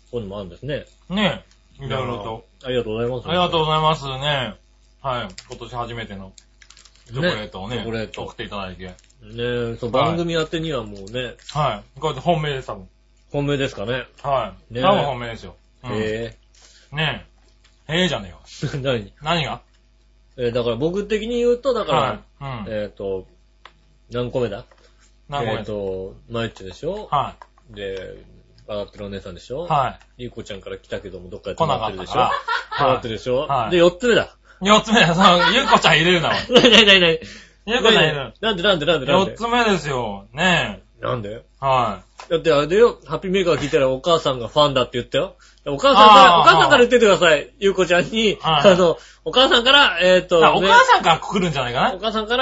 そういうのもあるんですね。 ねえ。いろいろと。 ありがとうございます。 ありがとうございますね。はい。今年初めてのチョコレートをね、チョコレート送っていただいて。ねえ、そう、番組宛てにはもうね。 はい。こうやって本命です、多分。 本命ですかね。 はい。ねえ。多分本命ですよ。 へえ。ねえ。へえじゃねえよ。 何何がえー、だから僕的に言うと、だから、 はい、 うん、えっ、ー、と、何個目だ何個目えっ、ー、と、マイッチでしょはい。 で、上がってるお姉さんでしょはい。 ゆうこちゃんから来たけども、どっかで止まってるでしょ来なかったから。止まってるでしょはい。 で、四つ目だ。 四つ目だ。その、ゆうこちゃん入れるな。 なになになになにゆうこちゃん入れる。 なんでなんでなんでなんで四つ目ですよ。ねえ。なんではい。 だってあれだよ、ハッピーメーカー聞いたらお母さんがファンだって言ったよ。お母さんから、お母さんから言っててください。ゆうこちゃんに、あの、お母さんから、えっと、 お母さんから来るんじゃないかなお母さんから、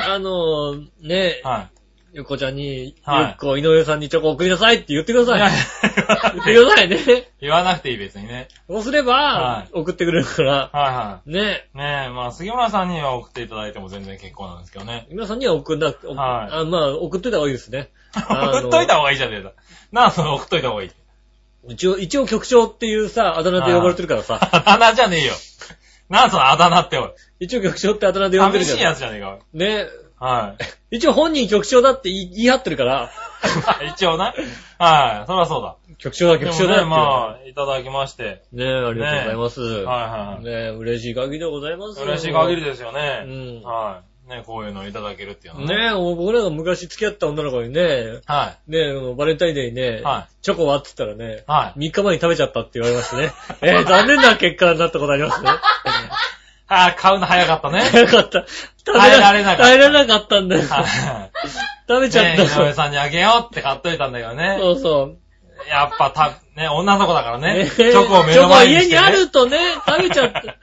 あの、ね、 はい。 ゆうこちゃんに、ゆうこ、井上さんにチョコ送りなさいって言ってください。 いや言ってくださいね。 言わなくていい別にね。 そうすれば、送ってくれるから。 はいはい。 ね。 ねえ、まあ、杉村さんには送っていただいても全然結構なんですけどね。 杉村さんには送んなくて、はい。あ、まあ、送っといた方がいいですね。 送っといた方がいいじゃねえか。なあ、その送っといた方がいい。 一応、一応局長っていうさ、あだ名で呼ばれてるからさ。 あだ名じゃねえよ。なんそのあだ名っておい。 一応局長ってあだ名で呼んでるじゃん。 寂しいやつじゃねえか。 ね。 はい。 一応本人局長だって言い、言い張ってるから。 一応な。はい。そりゃそうだ。 局長だ、局長だ。 ね、まあ、いただきまして。 ねえ、ありがとうございます。ね、 はいはい。 ねえ、嬉しい限りでございます。 嬉しい限りですよね。 うん。 はい。ね、こういうのいただけるっていうのね。ねえ、僕らが昔付き合った女の子にね、 はい。 ねえ、バレンタインデーにね、 はい。 チョコはって言ったらね、 はい。 みっかまえに食べちゃったって言われましたね。えー、残念な結果になったことありますね。 ああ、買うの早かったね。 早かった。 耐えられなかった。 耐えられなかったんだよ。食べちゃった。 ね、井上さんにあげようって買っといたんだけどね。 そうそう。 やっぱた、ね、女の子だからね。ねチョコを目の前にして、ね。 チョコ家にあるとね、食べちゃった。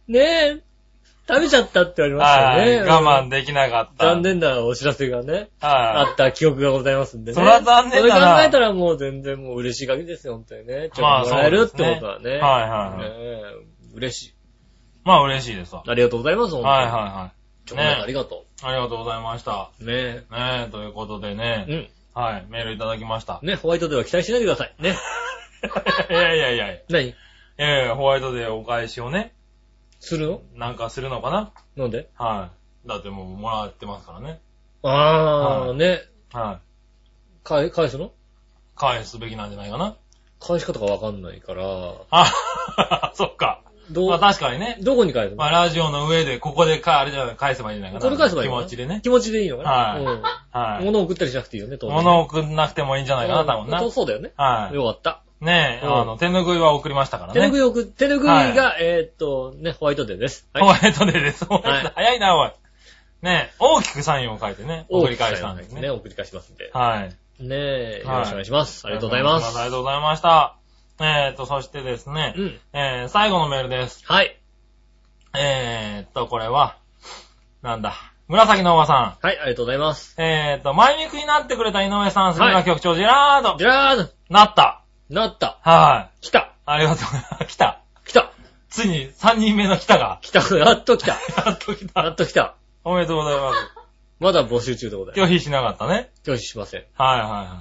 ねえ。食べちゃったって言われましたよね。 我慢できなかった。 残念なお知らせがね。あった記憶がございますんでね。 それは残念だな。 それ考えたらもう全然もう嬉しい限りですよ、本当にね。ちょっともらえるってことはね。はいはいはい。嬉しい。 まあ嬉しいですわ。 ありがとうございます、本当に。 はいはいはい。 ちょっとありがとう。ありがとうございました。 ねえ。 ねえ、ということでね。うん。はい、メールいただきました。 ね、ホワイトデーは期待しないでください。ね。 いやいやいや。 何？ ええ、ホワイトデーお返しをね。 するの？ なんかするのかな？ なんで？ はい。だってもうもらってますからね。 あー、ね。 はい。 返、返すの？ 返すべきなんじゃないかな。 返し方がわかんないから。 あ、そっか。どうまあ確かにね。 どこに返すの？ まあラジオの上でここでか、あれじゃない、返せばいいんじゃないかな。 これ返せばいい気持ちでね。 気持ちでいいのかな？ はい。 うん。 はい。 物を送ったりしなくていいよね、当然。 物を送んなくてもいいんじゃないかな、多分な。 そうだよね。はい。よかった。 ねえ、あの、手拭いは送りましたからね。 手拭い送、手拭いが、えーっと、ね、ホワイトデーです。 ホワイトデーです。早いな、おい。ねえ、大きくサインを書いてね、送り返したんですね。 ね、送り返しますんで。 はい。 ねえ、よろしくお願いします。ありがとうございます。 ありがとうございました。えーっと、そしてですね、うん、えー、最後のメールです。 はい。 えーっと、これは、なんだ。紫のおばさん。 はい、ありがとうございます。 えーっと、前向きになってくれた井上さん、杉村局長、ジェラード。 ジェラード。 なった。 なった。 はい。 来た。 ありがとうございます。来た。 来た。 ついにさんにんめの来たが。 来た。やっと来た。 やっと来た。 やっと来た。 おめでとうございます。 まだ募集中でございます。 拒否しなかったね。 拒否しません。 はいはいはい。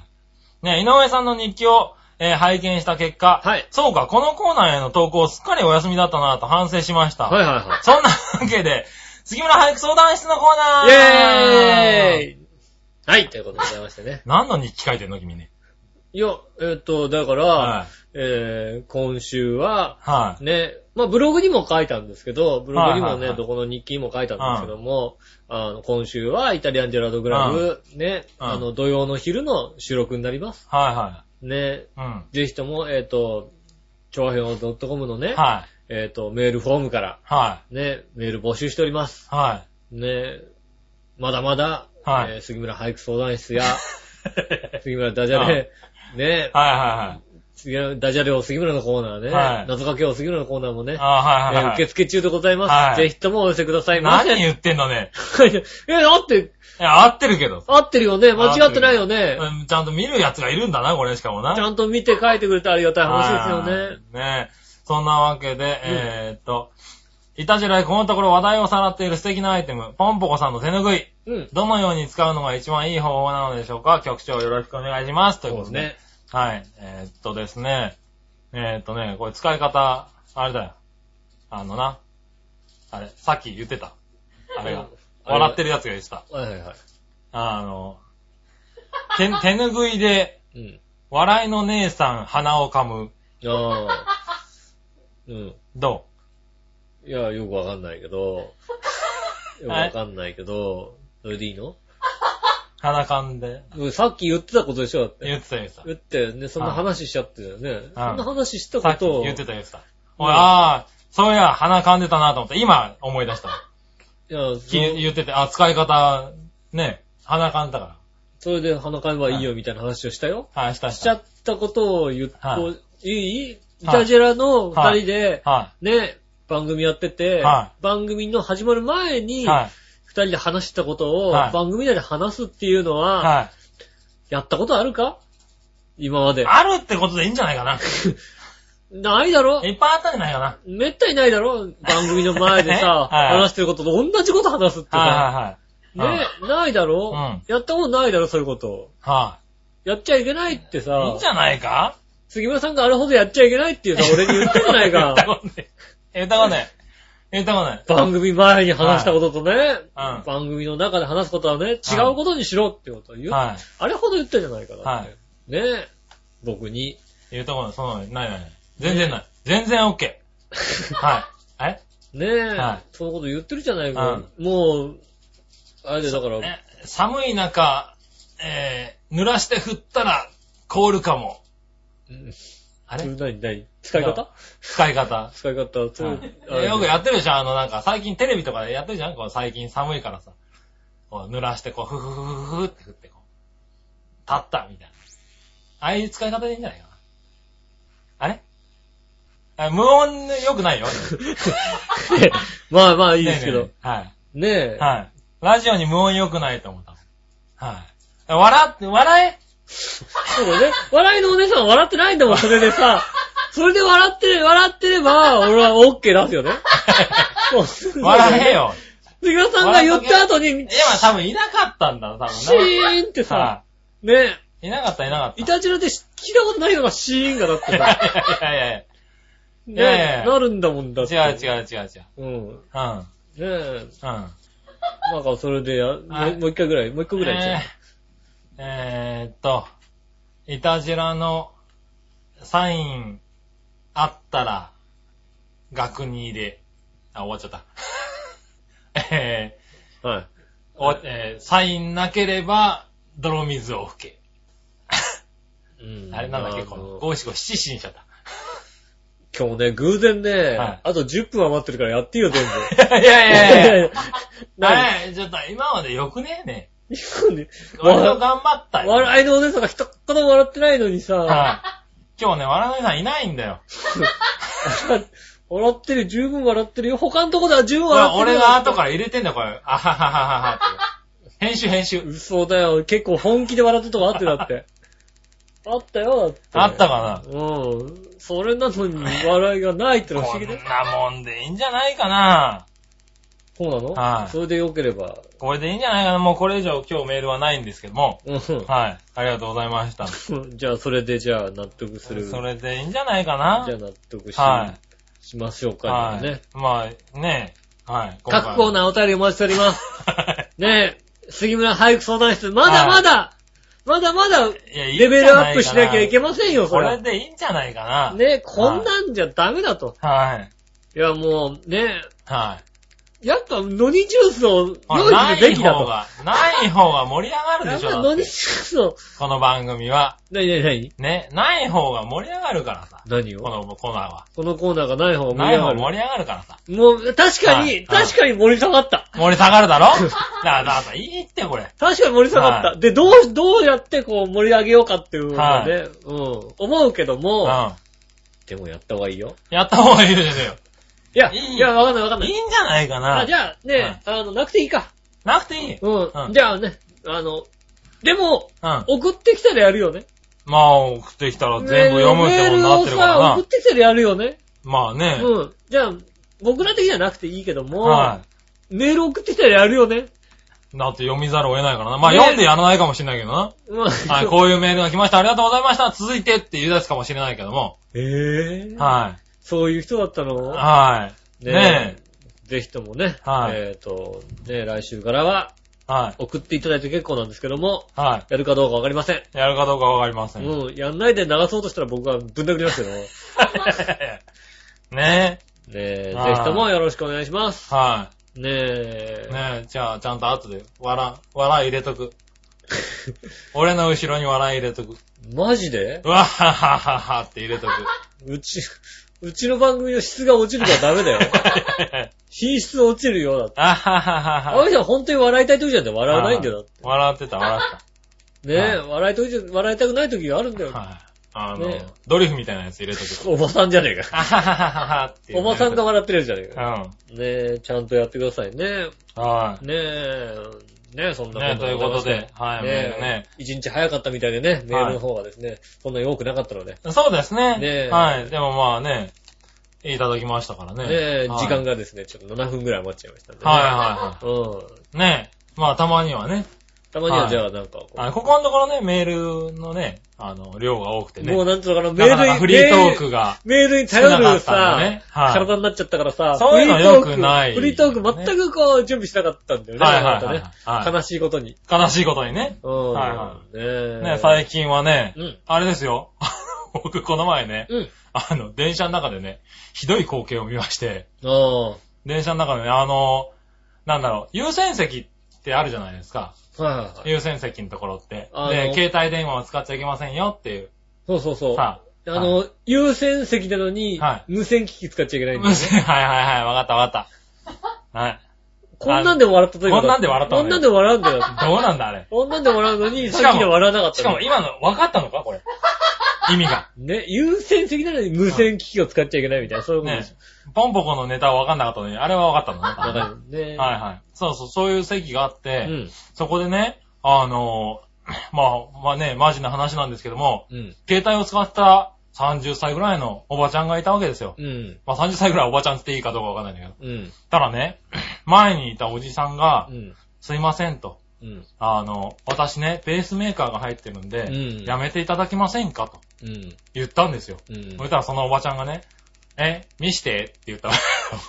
ね、井上さんの日記を、えー、拝見した結果、はい。そうか、このコーナーへの投稿すっかりお休みだったなぁと反省しました。 はいはいはい。 そんなわけで、杉村俳句相談室のコーナーイェーイはい、ということでございましてね。 何の日記書いてんの君ね。 いや、えっと、だから、はい、えー、今週は、はい、ね、まあブログにも書いたんですけど、ブログにもね、はいはいはい、どこの日記にも書いたんですけども、うん、あの、今週はイタリアンジェラードグラブ、うん、ね、うん、あの、土曜の昼の収録になります。 はいはい。 ね、うん、ぜひとも、えっと、長編 .com のね、はい、えっと、メールフォームから、はい、ね、メール募集しております。はい。ね、まだまだ、はい、えー、杉村俳句相談室や、杉村ダジャレ、ね、はいはいはい。ダジャレを杉村のコーナーね、はい、謎かけを杉村のコーナーもね、あはいはいはい、受付中でございます、はい。ぜひともお寄せくださいませ。 何言ってんのね。 え、合ってる。 いや、合ってるけど。 合ってるよね。間違ってないよね。 ちゃんと見るやつがいるんだな、これしかもな。 ちゃんと見て書いてくれてありがたい話ですよね。 ねそんなわけで、うん、えー、っと、いたじらいこのところ話題をさらっている素敵なアイテム、ポンポコさんの手拭い。うん。どのように使うのが一番いい方法なのでしょうか。局長よろしくお願いします。ということで。そうですね。はい。えー、っとですね。えー、っとね、これ使い方、あれだよ。あのな。あれ、さっき言ってた。あれが。笑ってるやつが言ってた。はいはいはい。あの、手、手拭いで、うん、笑いの姉さん鼻を噛む。ああ。うん。どういや、よくわかんないけど、よくわかんないけど、それでいいの鼻噛んで。 さっき言ってたことでしょだって。 言ってた言ってた。 言ってね、そんな話しちゃってたよね。そんな話したことを。 言ってた言ってた。おい、ああ、そういや、鼻噛んでたなと思って、今思い出した。いや、言ってて、あ、使い方、ね、鼻噛んだから。 それで鼻噛めばいいよみたいな話をしたよ。 はい、したした。 しちゃったことを言っと、いいイタジェラの二人で、ね、番組やってて、番組の始まる前に、二人で話したことを番組内で話すっていうのは、やったことあるか今まで。 あるってことでいいんじゃないかな。 ないだろいっぱいあったんじゃないかな。 めったにないだろ番組の前でさ、話してることと同じこと話すってさ。ね、ないだろやったことないだろそういうこと。やっちゃいけないってさ。 いいんじゃないか杉村さんがあれほどやっちゃいけないっていうさ、俺に言ったじゃないか。 言ったことね。言ったことね。言ったことね。 番組前に話したこととね、はいうん、番組の中で話すことはね、違うことにしろってことを言う。はい、あれほど言ったじゃないかな、はい。ねえ、僕に。 言ったことない、そうない、ないない。全然ない。ね、全然 OK。はい。えねえ、はい、そのこと言ってるじゃないか。うん、もう、あれでだから。 寒い中、えー、濡らして振ったら凍るかも。 うん、あれそれ何何使い方使い方。 使い方。そう、 うん、よくやってるでしょあのなんか最近テレビとかでやってるじゃんこう最近寒いからさ。こう濡らしてこう、ふふふふふって振ってこう。立ったみたいな。ああいう使い方でいいんじゃないかな。あれ無音良くないよ。 まあまあいいですけど。 ねえねえはい。 ねえ。 はい。ラジオに無音良くないと思った。はい。笑って、笑えそうだね。笑いのお姉さんは笑ってないんだもん、それでさ。それで笑ってれ、笑ってれば、俺は OK 出すよね。 笑えよ。 杉村さんが言った後に。いや、まあ多分いなかったんだろ、多分な。 シーンってさ。はい、ねいなかった、いなかった。 いたじらで聞いたことないのがシーンがだってさ。いやいやいやいや。 ねいやいやいやなるんだもんだって。 違う違う違う違う。うん。うん。ねえ。うん。なんかそれでや、もう一回ぐらい、もう一個ぐらいえー、えーっと、いたじらのサインあったら、額に入れ。あ、終わっちゃった。えー、はい。お、えー、サインなければ、泥水を吹け。うん、あれなんだっけ、この、五七五七七にしちゃった。 今日ね、偶然ね、はい、あとじゅっぷん余ってるからやっていいよ、全部。 いやいやいやいや。何ちょっと今までよくねえね。俺も頑張ったよ。 笑いのお姉さんが一言も笑ってないのにさ。 はい、今日ね、笑いのお姉さんいないんだよ。 笑ってる、十分笑ってるよ。他のとこでは十分笑ってるよ。 俺が後から入れてんだよ、これ。あはははははって。編集編集。 嘘だよ。結構本気で笑ってるとこあってだって。あったよ、だって。 あったかな。うん。それなのに笑いがないってのは不思議だよ。 こんなもんでいいんじゃないかな。 そうなの？はい。それで良ければ。 これでいいんじゃないかな。もうこれ以上今日メールはないんですけども。うん。はい。ありがとうございました。 じゃあそれでじゃあ納得する。 それでいいんじゃないかな。 じゃあ納得し、はい、しましょうか、 はい、 ね。 まあ、ねえ。はい。 各コーナーお便りお待ちしております。ねえ。杉村俳句相談室、まだまだ、はい、まだまだ、レベルアップしなきゃいけませんよ、それ。 これでいいんじゃないかな。 ねえ、こんなんじゃダメだと。 はい。 いや、もう、ねえ。はい。 やっぱ、ノニジュースを用意するべきだと。 ない方が盛り上がるでしょ。 やっぱノニジュースを。 この番組は。 なになになにね、ない方が盛り上がるからさ。 何をこのコーナーは。 このコーナーがない方が盛り上がる。ない方が盛り上がるからさ。 もう、確かに、確かに盛り下がった。 盛り下がるだろだから、だいいってこれ。 確かに盛り下がった。で、どう、どうやってこう盛り上げようかっていうのはね、うん、思うけども、うん。でもやった方がいいよ。 やった方がいいですよ。 いや、いい、いや、わかんないわかんない。 いいんじゃないかな。 あ、じゃあ、ね、あの、なくていいか。 なくていいうん。じゃあね、あの、でも、送ってきたらやるよね。 まあ、送ってきたら全部読むってことになってるからな。 メールをさ、送ってきたらやるよね。 まあね。 うん。じゃあ、僕ら的にはなくていいけども、はい、メール送ってきたらやるよね。 だって読みざるを得ないからな。まあ、読んでやらないかもしれないけどな。はい、こういうメールが来ました。ありがとうございました。続いてって言い出すかもしれないけども。 ええー。 はい。 そういう人だったの？ はい。ねえ。ねぜひともね、 はい、 えっ、ー、と、ね、来週からは、 はい。 送っていただいて結構なんですけども、 はい。 やるかどうかわかりません。 やるかどうかわかりません。 うん。やんないで流そうとしたら僕はぶん殴りますけど。 ねえ。ねえ、ぜひともよろしくお願いします。 はい。 ねえ。 ねえ、じゃあ、ちゃんと後で、笑、笑い入れとく。俺の後ろに笑い入れとく。 マジで？ うわははははって入れとく。 うち、うちの番組の質が落ちるからダメだよ。品質落ちるよ、だって。 あはははは。 あの人は本当に笑いたい時じゃんって笑わないんだよ、だって。 笑ってた、笑ってた。ねえ、笑いとき、笑いたくない時があるんだよ。 はい。あの、ドリフみたいなやつ入れとく。 おばさんじゃねえか。 あははははって。 おばさんが笑ってるじゃねえか。 うん。ねえ、ちゃんとやってくださいね。 はい。 ねえ、ねえ、そんなことねということで、はい、 ねえ、ね。一日早かったみたいでね、メールの方がですね、そんなに多くなかったので。 そうですね。 ねえ。 はい。でもまあね、いただきましたからね。 ねえ、時間がですね、ちょっとななふんぐらい待っちゃいましたんで。 はいはいはい。うん。ねえ、まあたまにはね。 たまにはじゃあなんかこう。ここのところね、メールのね、あの、量が多くてね。 もうなんつうのかな、メールに、 フリートークが。 メールに頼るさ、体になっちゃったからさ、 そういうの良くない。 フリートーク全くこう準備しなかったんだよね。 はいはいはい。 悲しいことに。 悲しいことにね。 うん。 はいはい。ね最近はね、あれですよ。僕この前ね、あの、電車の中でね、ひどい光景を見まして、電車の中でね、あの、なんだろう、優先席ってあるじゃないですか。 はいはいはい、 優先席のところって。で、携帯電話を使っちゃいけませんよっていう。 そうそうそう。あの、はい、優先席なのに、はい、無線機器使っちゃいけないんだよね。無線、 はいはいはい、わかったわかった。はい。 こんなんでも笑った時こんなんで笑ったの、 ね、こんなんで笑うんだよ。 どうなんだあれ。 こんなんで笑うのに、さっきで笑わなかった。 しかも今の分かったのかこれ。 意味が。 ね、優先席なのに無線機器を使っちゃいけないみたいな、そういうことです。ね、 ポンポコのネタは分かんなかったのに、あれは分かったのね。 分かるね。 はいはい。そうそう、そういう席があって、うん、そこでね、あの、まあ、まあね、マジな話なんですけども、うん、携帯を使ったさんじゅっさいぐらいのおばちゃんがいたわけですよ。うん、まあさんじゅっさいぐらいおばちゃんっていいかどうかわかんないんだけど。うん、ただね、前にいたおじさんが、うん、すいませんと、うん。あの、私ね、ペースメーカーが入ってるんで、うん、やめていただけませんかと、うん、言ったんですよ。うん、そしたらそのおばちゃんがね、え、見してって言ったら。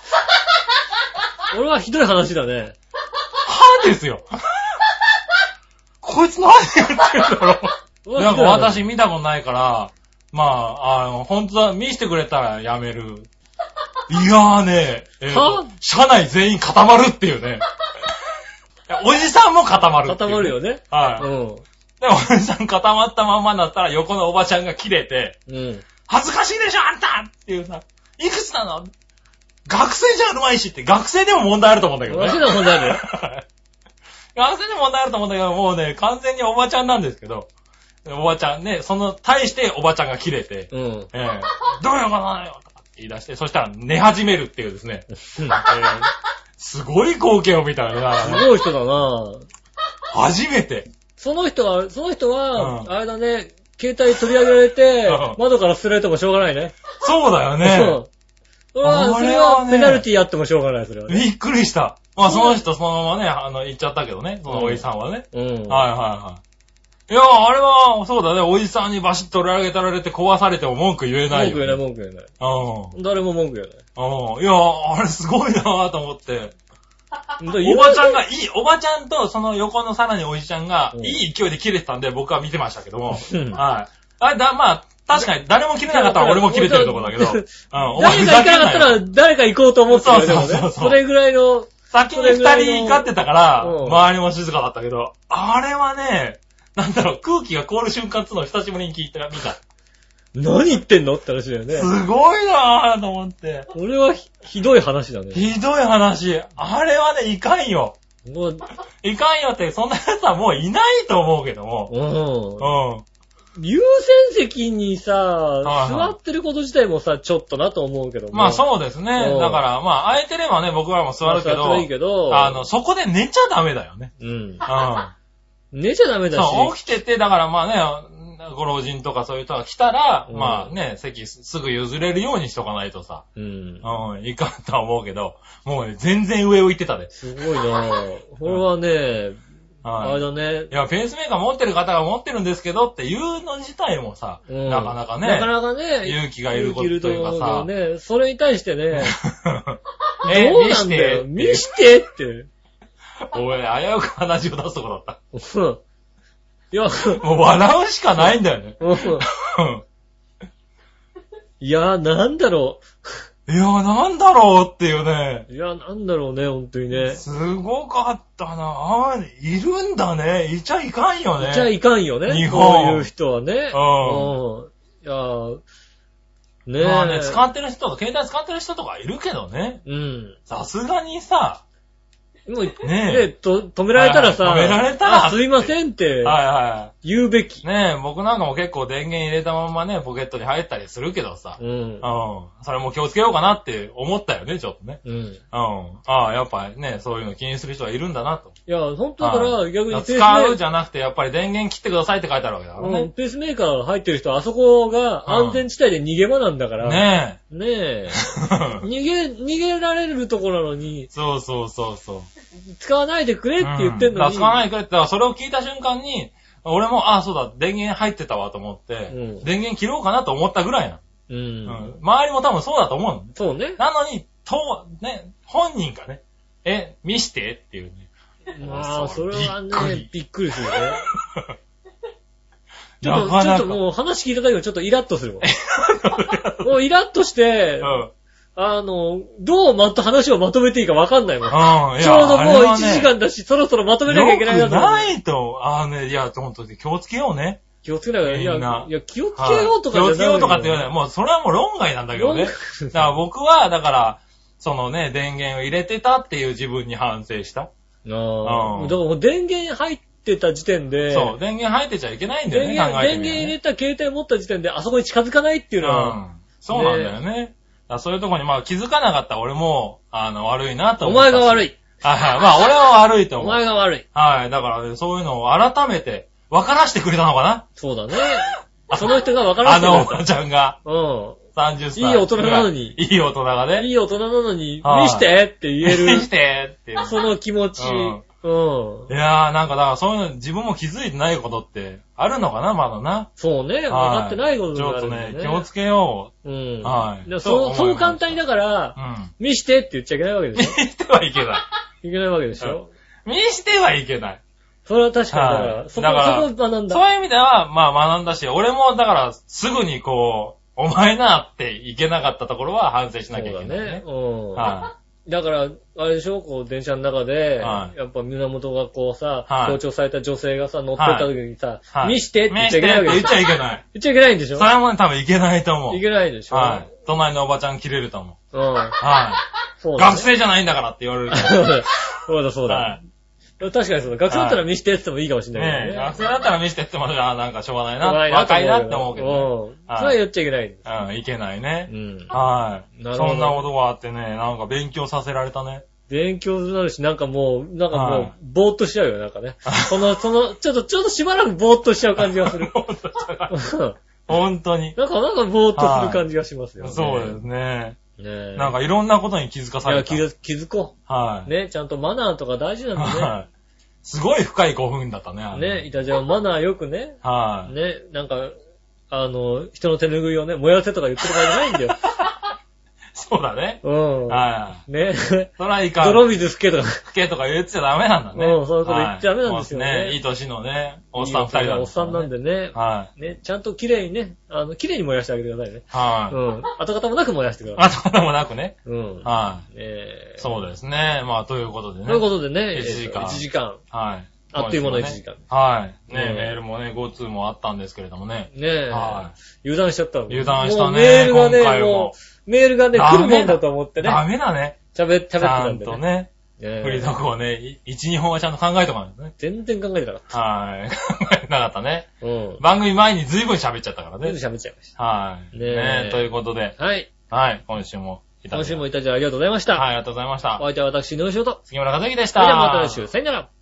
俺はひどい話だね。はぁですよ。こいつ何やってんだろう。なんか私見たことないから、まあ、あの、本当は見してくれたらやめる。いやーね、えーと、社内全員固まるっていうね。おじさんも固まるっていう、ね。 固まるよね。 はい。うん。でもおじさん固まったまんまになったら横のおばちゃんが切れて、うん。恥ずかしいでしょあんたっていうさ、いくつなの学生じゃあるまいしって、学生でも問題あると思うんだけどね。 学生でも問題ある学生でも問題あると思うんだけど、もうね、完全におばちゃんなんですけど、おばちゃんね、その、対しておばちゃんが切れて、うん。えー、どういうことなのよとかって言い出して、そしたら寝始めるっていうですね。えー、すごい光景を見たよね。 すごい人だな初めて。 その人は、その人は、うん、あれだね、携帯取り上げられて、窓から捨てられてもしょうがないね。 そうだよね。そう。 それは、それはペナルティあってもしょうがない、それは、ね。 びっくりした。まあその人そのままね、あの、行っちゃったけどね、そのおじさんはね。うん。はいはいはい。いや、あれは、そうだね、おじさんにバシッと取り上げたられて壊されても文句言えないよ、ね。 文句言えない、文句言えない。うん。誰も文句言えない。 うん。いや、あれすごいなぁと思って。おばちゃんがいい、おばちゃんとその横のさらにおじちゃんが、いい勢いで切れてたんで僕は見てましたけども。はい。あれだ、まあ、確かに誰も切れなかったら俺も切れてるとこだけど。うん。 誰か行かなかったら誰か行こうと思ってたけどね。そうそうそう。それぐらいの。 先に二人怒ってたから、周りも静かだったけど、あれはね、なんだろう、空気が凍る瞬間ってのを久しぶりに聞いて見た。 何言ってんのって話だよね。 すごいなぁと思って。 これは ひ, ひどい話だね。 ひどい話。あれはね、いかんよ。もういかんよって、そんな奴はもういないと思うけども。うん。 うん。優先席にさ、はいはい、座ってること自体もさ、ちょっとなと思うけども。 まあそうですね。だから、まあ、空いてればね、僕らも座るけど、まあ、いいけどあの、そこで寝ちゃダメだよね。うん。うん。 寝ちゃダメだし。 そう、起きてて、だからまあね、ご老人とかそういう人が来たら、うん、まあね、席すぐ譲れるようにしとかないとさ、うん。うん、いかんとは思うけど、もうね、全然上を行ってたで。 すごいなぁ。これはね、はい、あれだね。 いや、ペースメーカー持ってる方が持ってるんですけどっていうの自体もさ、うん、なかなかね。 なかなかね。 勇気がいることというかさ。 ね、それに対してね。え、どうなんだよ。見してって。 おい、危うく鼻血を出すとこだった。 いや、 もう笑うしかないんだよね。 いや、なんだろう。いや、なんだろうっていうね。 いや、なんだろうね、ほんとにね。 すごかったな。ああ、いるんだね。いちゃいかんよね。 いちゃいかんよね。日本。こういう人はね。うん。いや、 ねえ。まあね、使ってる人とか、携帯使ってる人とかいるけどね。うん。さすがにさ、 もう、ねえ、と、止められたらさ、 止められたら、 あ、すいませんって、はいはい。言うべき。 ねえ、僕なんかも結構電源入れたままね、ポケットに入ったりするけどさ、うん。うん。それも気をつけようかなって思ったよね、ちょっとね。うん。うん。ああ、やっぱね、そういうの気にする人はいるんだなと。 いや、本当だから逆に使うじゃなくて、やっぱり電源切ってくださいって書いてあるわけだからね。うん。 ペースメーカー入ってる人は、あそこが安全地帯で逃げ場なんだから。ねえ。ねえ。逃げ、逃げられるところなのに。 そうそうそうそう。 使わないでくれって言ってんのに。うん、 使わないでくれって、だからそれを聞いた瞬間に、俺も、ああ、そうだ、電源入ってたわと思って、うん、電源切ろうかなと思ったぐらいな。うん。うん。周りも多分そうだと思うの。 そうね。 なのに、と、ね、本人がね、え、見してっていうね。 まあ、それはね、びっくりするね。ちょっと、ちょっともう話聞いただけでちょっとイラッとするわ。もうイラッとして、うん。あの、どうまと、話をまとめていいかわかんないもん。うん、ちょうどもういちじかんだし、ね、そろそろまとめなきゃいけないなと思う。 ないと、あのね、いや、ほんとに気をつけようね。 気をつけながら、いや、いや、気をつけようとかじゃない、 気をつけようとかって言わない。もう、それはもう論外なんだけどね。だから僕は、だから、そのね、電源を入れてたっていう自分に反省した。ああ。うん。だから電源入ってってた時点で、 そう、電源入ってちゃいけないんだよね、電源考えてみる、ね、 電源入れた携帯持った時点であそこに近づかないっていうのは、うん、 そうなんだよね。だそういうとこにまあ気づかなかった俺も、あの、悪いなと思った。 お前が悪い。 はいはい。まあ俺は悪いと思う。 お前が悪い。 はい。だから、ね、そういうのを改めて分からしてくれたのかな。 そうだね。その人が分からしてくれた。 あのおばちゃんが。 うん。 さんじゅっさい。 いい大人なのに。 いい大人がね。 いい大人なのに、見してって言える。 見してっていう。 その気持ち。うんうん。 いやー、なんかだからそういうの自分も気づいてないことってあるのかな、まだな。 そうね、分かってないことがあるんだね。ちょっとね、気をつけよう。うん。 はい。 でそう、そう簡単にだから、うん、見してって言っちゃいけないわけでしょ。 見してはいけない。 いけないわけでしょ。 見してはいけない。 それは確かにだから、はい、そこ、だからそこ学んだ。 そういう意味では、まあ学んだし、俺もだからすぐにこう、お前なっていけなかったところは反省しなきゃいけない、ね。そうだね。うん。はい。だから、あれでしょこう、電車の中で、はい、やっぱ胸元がこうさ、はい、強調された女性がさ、乗ってた時にさ、はい、見してって言っちゃいけないわけでしょ。 言っちゃいけない。 言っちゃいけないんでしょ。 それはもう多分いけないと思う。 いけないでしょ。 はい。隣のおばちゃん切れると思う。 うん。 はい。そうだ、ね。学生じゃないんだからって言われるから。 そうだそうだ。はい。確かにそうだ。学生だったら見してって言ってもいいかもしれないけどね。 ねえ、学生だったら見してって言っても、あなんかしょうがないな。若いなって思うけど、 ね。うん。それは言っちゃいけない。 うん、いけないね。うん。はい。なるほど。そんなことがあってね、なんか勉強させられたね。 勉強になるし、なんかもう、なんかもう、ぼーっとしちゃうよ、なんかね。その、その、ちょっと、ちょっとしばらくぼーっとしちゃう感じがする。 ぼーっとしちゃう感じ。本当に。 なんか、なんかぼーっとする感じがしますよね。 そうですね。ねなんかいろんなことに気づかされた。 いや、気づこう。はい。ね、ちゃんとマナーとか大事なんだね。はい。 すごい深いごふんだったね。 ね、いたじゃん、マナーよくね。 はい。 ね、なんか、あの、人の手拭いをね、燃やせとか言ってる場合じゃないんだよ。 そうだね。 うん。 はい。 ね。 そらいかん。 泥水吹けとか。 吹けとか言っちゃダメなんだね。 うん、そういうこと言っちゃダメなんですよね。 ね、いい年のね、おっさん二人だ、 おっさんなんでね。 はい。 ね、ちゃんと綺麗にね、あの、綺麗に燃やしてあげてくださいね。 はい。 うん。跡形もなく燃やしてください。 跡形もなくね。 うん。 はい。 えー。 そうですね。まあ、ということでね。 ということでね、 いちじかん。 いちじかん。 はい。 あっという間のいちじかん。 はい。ね、メールもね、ご通もあったんですけれどもね。 ねえ。はい。油断しちゃったの。 油断したね。 メールがね、もう、メールがね、来るもんだと思ってね。 ダメだね。 喋って、喋ってたんで。 ちゃんとね。フリートークをね、いち、にほんはちゃんと考えとかないとね。 全然考えてなかった。 はい。考えてなかったね。 うん。 番組前に随分喋っちゃったからね。 随分喋っちゃいました。 はい。ねえ。ということで。 はい。 はい。今週もいただきました。 今週もいただきありがとうございました。 はい、ありがとうございました。 お相手は私、井上翔と杉村和之でした。 それではまた来週。さよなら。